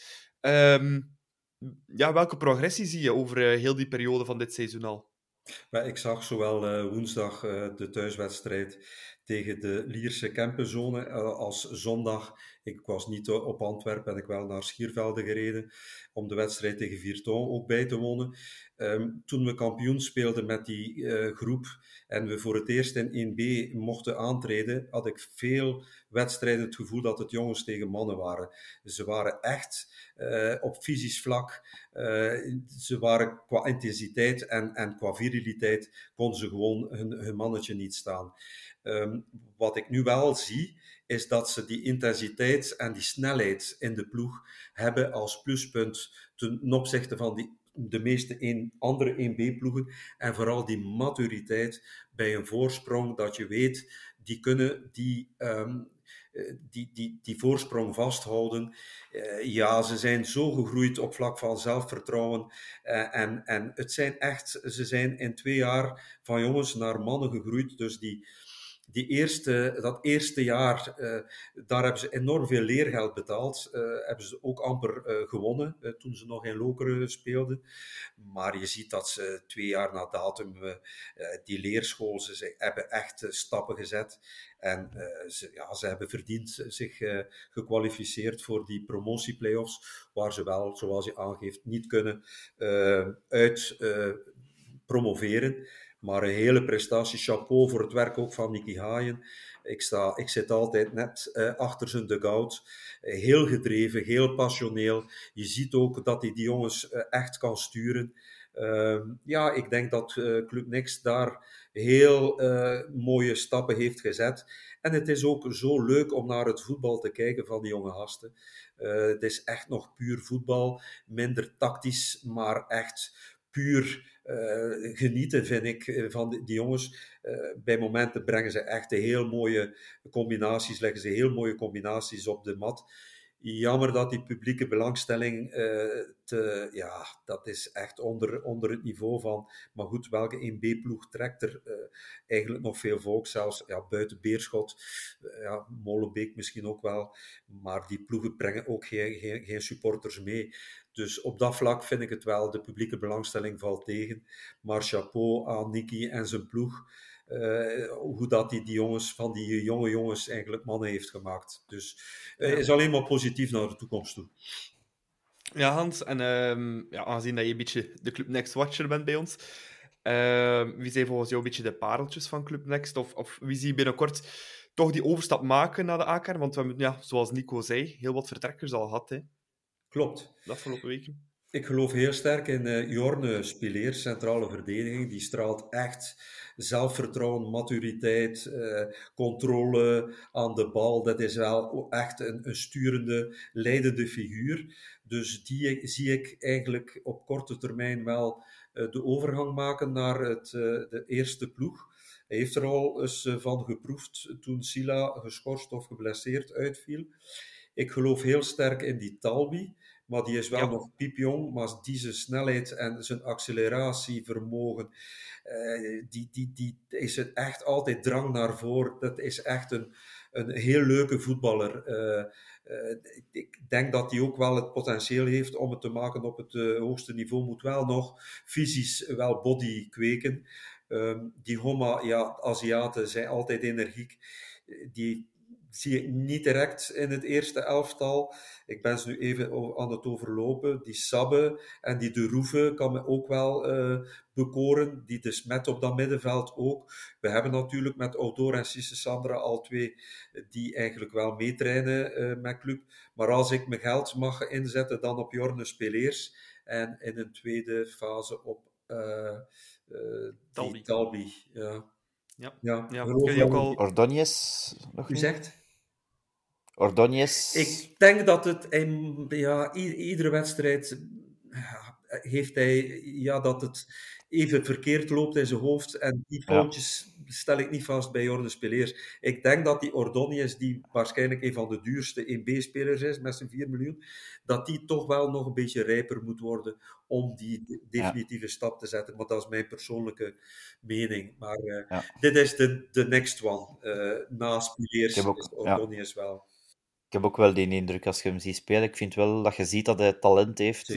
Ja, welke progressie zie je over heel die periode van dit seizoen al? Ik zag zowel woensdag de thuiswedstrijd tegen de Lierse Kempenzone als zondag. Ik was niet op Antwerpen, ben ik wel naar Schiervelde gereden om de wedstrijd tegen Virton ook bij te wonen. Toen we kampioen speelden met die groep en we voor het eerst in 1B mochten aantreden, had ik veel wedstrijden het gevoel dat het jongens tegen mannen waren. Ze waren echt op fysisch vlak. Ze waren qua intensiteit en qua viriliteit konden ze gewoon hun mannetje niet staan. Wat ik nu wel zie, is dat ze die intensiteit en die snelheid in de ploeg hebben als pluspunt ten opzichte van de meeste andere 1B-ploegen. En vooral die maturiteit bij een voorsprong, dat je weet, die kunnen die voorsprong vasthouden. Ja, ze zijn zo gegroeid op vlak van zelfvertrouwen. En ze zijn in 2 jaar van jongens naar mannen gegroeid. Dus dat eerste jaar, daar hebben ze enorm veel leergeld betaald. Hebben ze ook amper gewonnen toen ze nog in Lokeren speelden. Maar je ziet dat ze 2 jaar na datum die leerschool, ze hebben echt stappen gezet. En ze hebben verdiend zich gekwalificeerd voor die promotieplayoffs, waar ze wel, zoals je aangeeft, niet kunnen promoveren. Maar een hele prestatie, chapeau voor het werk ook van Nicky Haaien. Ik zit altijd net achter zijn dugout. Heel gedreven, heel passioneel. Je ziet ook dat hij die jongens echt kan sturen. Ik denk dat Club Next daar heel mooie stappen heeft gezet. En het is ook zo leuk om naar het voetbal te kijken van die jonge gasten. Het is echt nog puur voetbal, minder tactisch, maar echt puur genieten, vind ik, van die jongens. Bij momenten brengen ze echt heel mooie combinaties, leggen ze heel mooie combinaties op de mat. Jammer dat die publieke belangstelling, dat is echt onder het niveau van. Maar goed, welke 1B-ploeg trekt er eigenlijk nog veel volk, zelfs buiten Beerschot, Molenbeek misschien ook wel. Maar die ploegen brengen ook geen supporters mee. Dus op dat vlak vind ik het wel, de publieke belangstelling valt tegen. Maar chapeau aan Nicky en zijn ploeg. Hoe dat die jongens, van die jonge jongens eigenlijk mannen heeft gemaakt. Dus is alleen maar positief naar de toekomst toe. Ja, Hans, en aangezien dat je een beetje de Club Next Watcher bent bij ons, wie zijn volgens jou een beetje de pareltjes van Club Next? Of wie zie je binnenkort toch die overstap maken naar de A-kern? Want we hebben, zoals Nico zei, heel wat vertrekkers al gehad. Hè? Klopt. De afgelopen weken. Ik geloof heel sterk in Jorne Spileer, centrale verdediging. Die straalt echt zelfvertrouwen, maturiteit, controle aan de bal. Dat is wel echt een sturende, leidende figuur. Dus die zie ik eigenlijk op korte termijn wel de overgang maken naar de eerste ploeg. Hij heeft er al eens van geproefd toen Sila geschorst of geblesseerd uitviel. Ik geloof heel sterk in die Talbi. maar die is wel nog piepjong. Maar die zijn snelheid en zijn acceleratievermogen, die is er echt altijd drang naar voren. Dat is echt een heel leuke voetballer. Ik denk dat hij ook wel het potentieel heeft om het te maken op het hoogste niveau. Moet wel nog fysisch wel body kweken. Die Aziaten zijn altijd energiek. Die zie ik niet direct in het eerste elftal. Ik ben ze nu even aan het overlopen. Die Sabbe en die De Roefe kan me ook wel bekoren. Die de Smet op dat middenveld ook. We hebben natuurlijk met Outdoor en Cisse Sandra al twee die eigenlijk wel meetrainen met club. Maar als ik mijn geld mag inzetten, dan op Jorne Speleers. En in een tweede fase op Talbi. Ja, kun je ook al... Ordóñez nog U niet? zegt? Ordóñez... Ik denk dat het iedere wedstrijd heeft hij dat het even verkeerd loopt in zijn hoofd. En die foutjes stel ik niet vast bij Jorne Speleers. Ik denk dat die Ordóñez, die waarschijnlijk een van de duurste 1B-spelers is, met zijn 4 miljoen, dat die toch wel nog een beetje rijper moet worden om die definitieve stap te zetten. Maar dat is mijn persoonlijke mening. Maar dit is de next one. Na Speleers is Ordóñez wel. Ik heb ook wel die indruk als je hem ziet spelen. Ik vind wel dat je ziet dat hij talent heeft.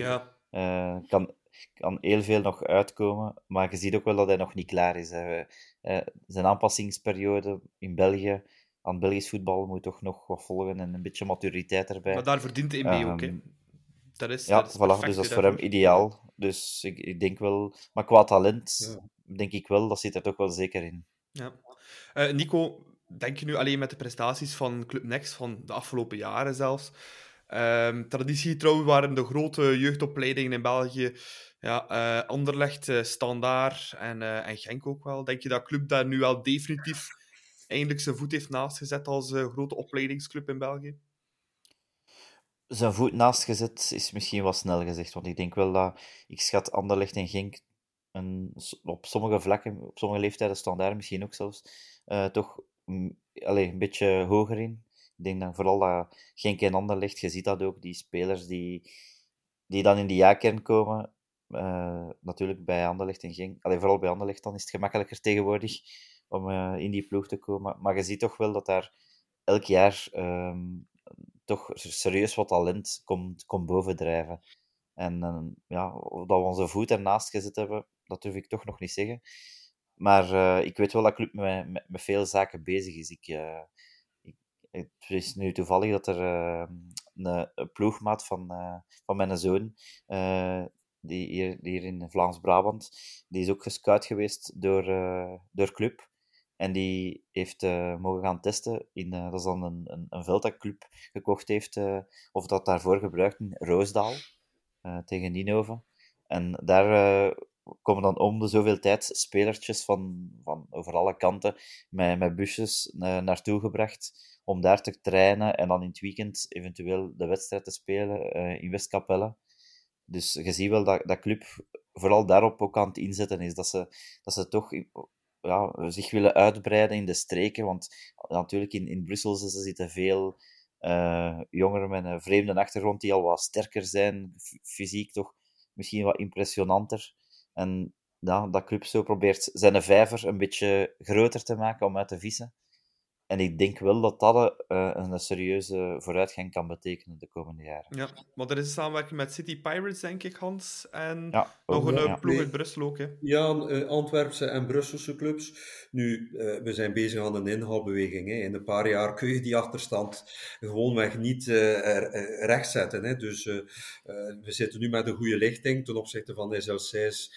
Kan heel veel nog uitkomen, maar je ziet ook wel dat hij nog niet klaar is. Zijn aanpassingsperiode in België, aan Belgisch voetbal, moet toch nog wat volgen en een beetje maturiteit erbij. Maar daar verdient de MB ook, hè. Dat is voilà, dus dat is voor hem ideaal. Dus ik denk wel... Maar qua talent denk ik wel, dat zit er toch wel zeker in. Ja. Nico, denk je nu alleen met de prestaties van Club Next van de afgelopen jaren zelfs? Traditiegetrouw waren de grote jeugdopleidingen in België, Anderlecht, Standaard en Genk ook wel. Denk je dat Club daar nu al definitief eindelijk zijn voet heeft naast gezet als grote opleidingsclub in België? Zijn voet naast gezet is misschien wat snel gezegd, want ik denk wel dat... Ik schat Anderlecht en Genk op sommige vlakken, op sommige leeftijden Standaard misschien ook zelfs, toch een beetje hoger in. Ik denk dan vooral dat Genk en Anderlecht, je ziet dat ook, die spelers die dan in die ja-kern komen, natuurlijk bij Anderlecht en Genk, vooral bij Anderlecht dan is het gemakkelijker tegenwoordig om in die ploeg te komen. Maar je ziet toch wel dat daar elk jaar toch serieus wat talent komt bovendrijven. En of dat we onze voet ernaast gezet hebben, dat durf ik toch nog niet zeggen. Maar ik weet wel dat Club met veel zaken bezig is. Het is nu toevallig dat er een ploegmaat van mijn zoon, die hier in Vlaams-Brabant, die is ook gescout geweest door Club. En die heeft mogen gaan testen. Dat is dan een veld dat Club gekocht heeft, of dat daarvoor gebruikt in Roosdaal, tegen Ninove. En daar komen dan om de zoveel tijd spelertjes van over alle kanten met busjes naartoe gebracht om daar te trainen en dan in het weekend eventueel de wedstrijd te spelen in Westkapelle. Dus je ziet wel dat Club vooral daarop ook aan het inzetten is. Dat ze toch zich willen uitbreiden in de streken. Want natuurlijk in Brussel zitten veel jongeren met een vreemde achtergrond die al wat sterker zijn, fysiek toch misschien wat impressionanter. En dat Club zo probeert zijn vijver een beetje groter te maken om uit te vissen. En ik denk wel dat dat een serieuze vooruitgang kan betekenen de komende jaren. Ja, maar er is een samenwerking met City Pirates, denk ik, Hans. En nog een ploeg uit Brussel ook, hè? Ja, Antwerpse en Brusselse clubs. Nu, we zijn bezig aan een inhaalbeweging. Hè. In een paar jaar kun je die achterstand gewoonweg niet rechtzetten. Hè. Dus we zitten nu met een goede lichting ten opzichte van de SLC's,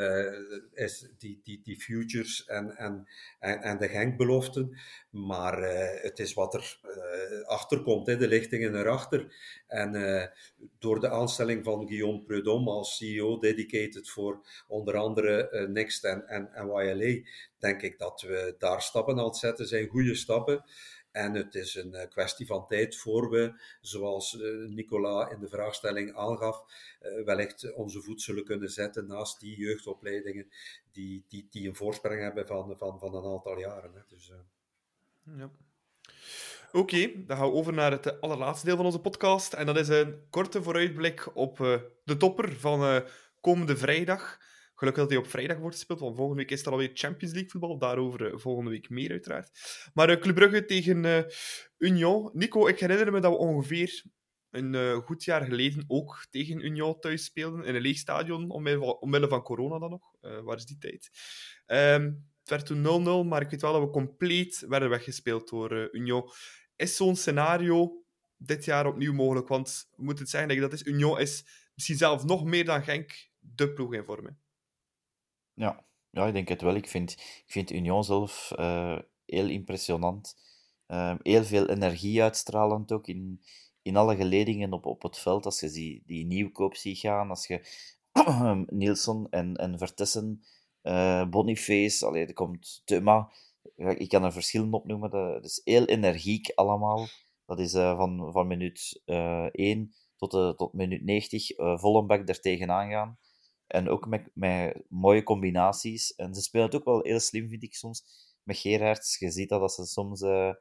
die futures en de Genk-beloften. Maar het is wat er achterkomt, de lichtingen erachter. En door de aanstelling van Guillaume Prudhomme als CEO, dedicated voor onder andere Next en YLA, denk ik dat we daar stappen aan het zetten zijn, goede stappen. En het is een kwestie van tijd voor we, zoals Nicolas in de vraagstelling aangaf, wellicht onze voet zullen kunnen zetten naast die jeugdopleidingen die een voorsprong hebben van een aantal jaren. Hè. Dus, ja. Oké, dan gaan we over naar het allerlaatste deel van onze podcast. En dat is een korte vooruitblik op de topper van komende vrijdag. Gelukkig dat hij op vrijdag wordt gespeeld, want volgende week is er alweer Champions League voetbal. Daarover volgende week meer, uiteraard. Maar Club Brugge tegen Union. Nico, ik herinner me dat we ongeveer een goed jaar geleden ook tegen Union thuis speelden. In een leeg stadion, omwille van corona dan nog. Waar is die tijd? Het werd toen 0-0, maar ik weet wel dat we compleet werden weggespeeld door Union. Is zo'n scenario dit jaar opnieuw mogelijk? Want we moeten het zeggen, denk ik, dat is Union is misschien zelfs nog meer dan Genk de ploeg in vorm. Hè? Ja, ik denk het wel. Ik vind Union zelf heel impressionant. Heel veel energie uitstralend ook in alle geledingen op het veld. Als je die nieuwkoop ziet gaan, als je Nielsen en Vertessen, Boniface, er komt Thuma. Ik kan er verschillen opnoemen. Dat is heel energiek allemaal. Dat is van minuut 1 tot minuut 90 volle bak er tegenaan gaan. En ook met mooie combinaties. En ze spelen het ook wel heel slim, vind ik soms, met Gerrards. Je ziet dat ze soms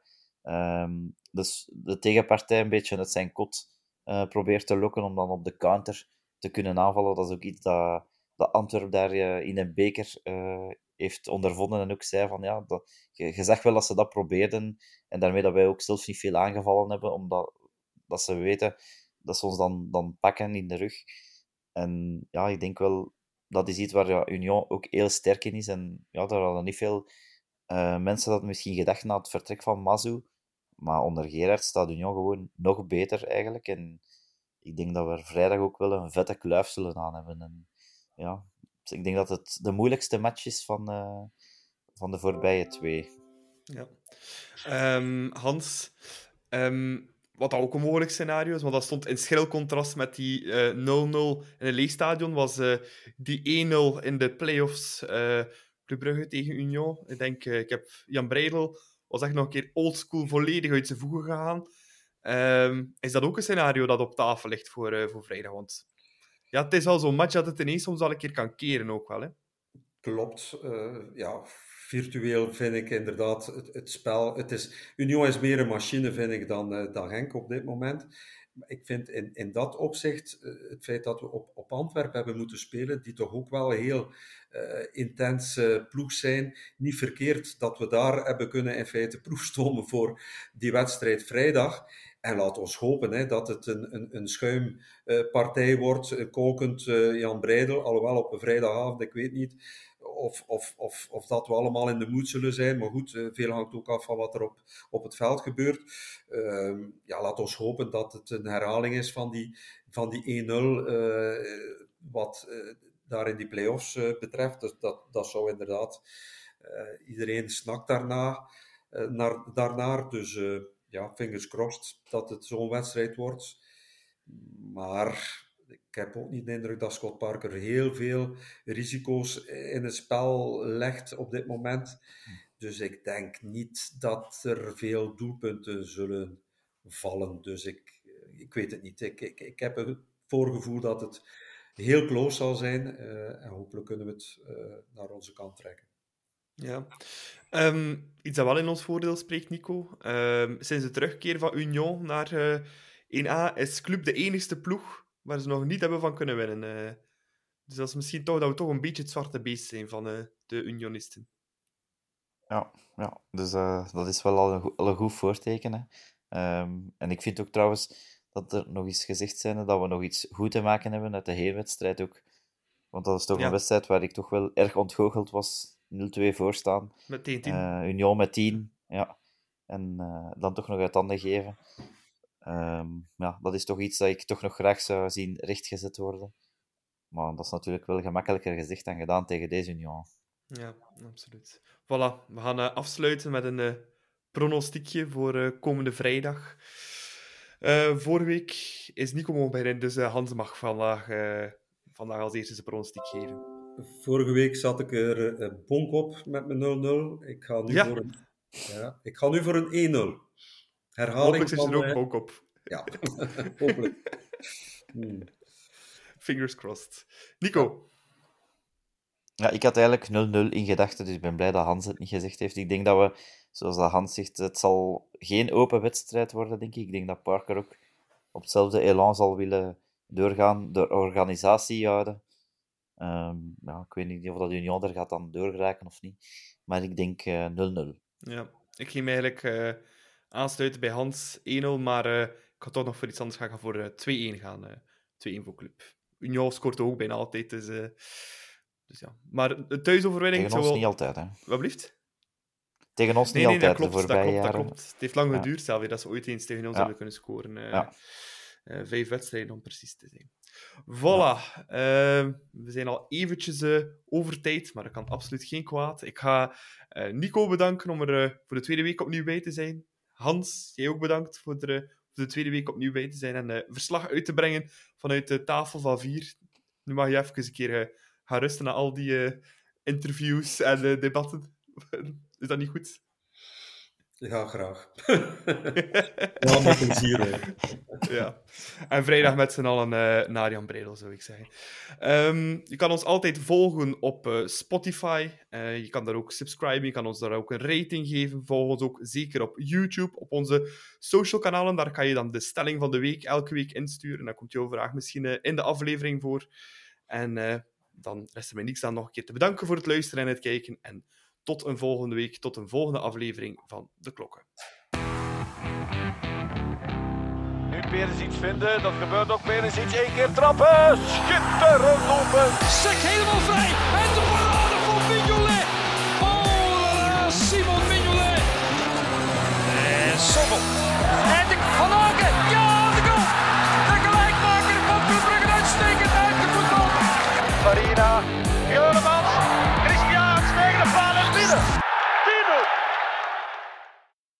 dus de tegenpartij een beetje uit zijn kot probeert te lokken om dan op de counter te kunnen aanvallen. Dat is ook iets dat Antwerp daar in een beker heeft ondervonden en ook zei van ja, je zag wel dat ze dat probeerden en daarmee dat wij ook zelfs niet veel aangevallen hebben, omdat dat ze weten dat ze ons dan pakken in de rug. En ja, ik denk wel, dat is iets waar Union ook heel sterk in is. En ja, daar hadden niet veel mensen dat misschien gedacht na het vertrek van Mazu. Maar onder Gerrard staat Union gewoon nog beter eigenlijk. En ik denk dat we er vrijdag ook wel een vette kluif zullen aan hebben. En ja, dus ik denk dat het de moeilijkste match is van de voorbije 2. Ja. Hans, wat ook een mogelijk scenario is, want dat stond in schril contrast met die 0-0 in een leeg stadion, was die 1-0 in de play-offs Club Brugge tegen Union. Ik denk, ik heb Jan Breidel was echt nog een keer oldschool volledig uit zijn voegen gegaan. Is dat ook een scenario dat op tafel ligt voor vrijdag? Want ja, het is al zo'n match dat het ineens soms al een keer kan keren ook wel, hè? Klopt. Ja, virtueel vind ik inderdaad het spel. Union is meer een machine, vind ik, dan Genk op dit moment. Ik vind in dat opzicht het feit dat we op Antwerpen hebben moeten spelen, die toch ook wel een heel intense ploeg zijn, niet verkeerd dat we daar hebben kunnen in feite proefstomen voor die wedstrijd vrijdag. En laat ons hopen dat het een schuimpartij wordt, een kokend Jan Breidel, alhoewel op een vrijdagavond, ik weet niet of dat we allemaal in de moed zullen zijn. Maar goed, veel hangt ook af van wat er op het veld gebeurt. Ja, laat ons hopen dat het een herhaling is van die 1-0, wat daar in die play-offs betreft. Dus dat zou inderdaad... iedereen snakt daarnaar. Dus ja, fingers crossed dat het zo'n wedstrijd wordt. Maar ik heb ook niet de indruk dat Scott Parker heel veel risico's in het spel legt op dit moment. Dus ik denk niet dat er veel doelpunten zullen vallen. Dus ik weet het niet. Ik heb het voorgevoel dat het heel close zal zijn. En hopelijk kunnen we het naar onze kant trekken. Ja. Iets dat wel in ons voordeel spreekt, Nico. Sinds de terugkeer van Union naar 1A is Club de enigste ploeg waar ze nog niet hebben van kunnen winnen. Dus dat is misschien toch dat we toch een beetje het zwarte beest zijn van de Unionisten. Ja, dus dat is wel al een goed voorteken. Hè. En ik vind ook trouwens dat er nog eens gezegd zijn dat we nog iets goed te maken hebben uit de heenwedstrijd ook. Want dat is toch een wedstrijd waar ik toch wel erg ontgoocheld was. 0-2 voorstaan. Met 10. Union met 10. Ja. En dan toch nog uit handen geven. Ja, dat is toch iets dat ik toch nog graag zou zien rechtgezet worden. Maar dat is natuurlijk wel gemakkelijker gezegd dan gedaan tegen deze Union. Ja, absoluut. Voilà, we gaan afsluiten met een pronostiekje voor komende vrijdag. Vorige week is Nico mogen beginnen, dus Hans mag vandaag als eerste zijn pronostiek geven. Vorige week zat ik er bonk op met mijn 0-0. Ik ga nu voor een 1-0. Herhaling. Hopelijk zit je er ook bonk op. Ja, hopelijk. Fingers crossed. Nico? Ja, ik had eigenlijk 0-0 in gedachten, dus ik ben blij dat Hans het niet gezegd heeft. Ik denk dat we, zoals dat Hans zegt, het zal geen open wedstrijd worden, denk ik. Ik denk dat Parker ook op hetzelfde elan zal willen doorgaan, de organisatie houden. Ja, ik weet niet of dat Union er gaat dan doorgeraken of niet. Maar ik denk 0-0. Ja, ik ging me eigenlijk aansluiten bij Hans 1-0, maar ik ga toch nog voor iets anders gaan voor 2-1 gaan. 2-1 voor Club. Union scoort ook bijna altijd, dus ja. Maar de thuisoverwinning... Tegen ons niet altijd, hè. Wat blieft? Tegen ons niet Nee, altijd, dat klopt, de voorbije dat jaren. klopt. Het heeft lang geduurd zelf, dat ze ooit eens tegen ons Ja. hebben kunnen scoren. Ja. 5 wedstrijden om precies te zijn. Voilà. We zijn al eventjes over tijd, maar dat kan absoluut geen kwaad. Ik ga Nico bedanken om er voor de tweede week opnieuw bij te zijn. Hans, jij ook bedankt voor de tweede week opnieuw bij te zijn en verslag uit te brengen vanuit de tafel van 4. Nu mag je even een keer gaan rusten na al die interviews en debatten. Is dat niet goed? Ja, graag. Ja, met plezier. Hè. Ja. En vrijdag met z'n allen naar Jan Breidel, zou ik zeggen. Je kan ons altijd volgen op Spotify. Je kan daar ook subscriben. Je kan ons daar ook een rating geven. Volg ons ook zeker op YouTube, op onze social kanalen. Daar kan je dan de stelling van de week elke week insturen. Dan komt jouw vraag misschien in de aflevering voor. En dan rest er mij niks aan nog een keer te bedanken voor het luisteren en het kijken. En tot een volgende week, tot een volgende aflevering van De Klokken. Nu Perisic vinden, dat gebeurt ook. Perisic 1 keer trappen. Schitterend doelpunt. Sek helemaal vrij. En de parade van Mignolet. Oh, Simon Mignolet. En Sobel. En de Van Aken. Ja, de goal. De gelijkmaker van Club Brugge uitstekend uit de voetbal. Farina. Juremans. Christian tegen de paal en binnen.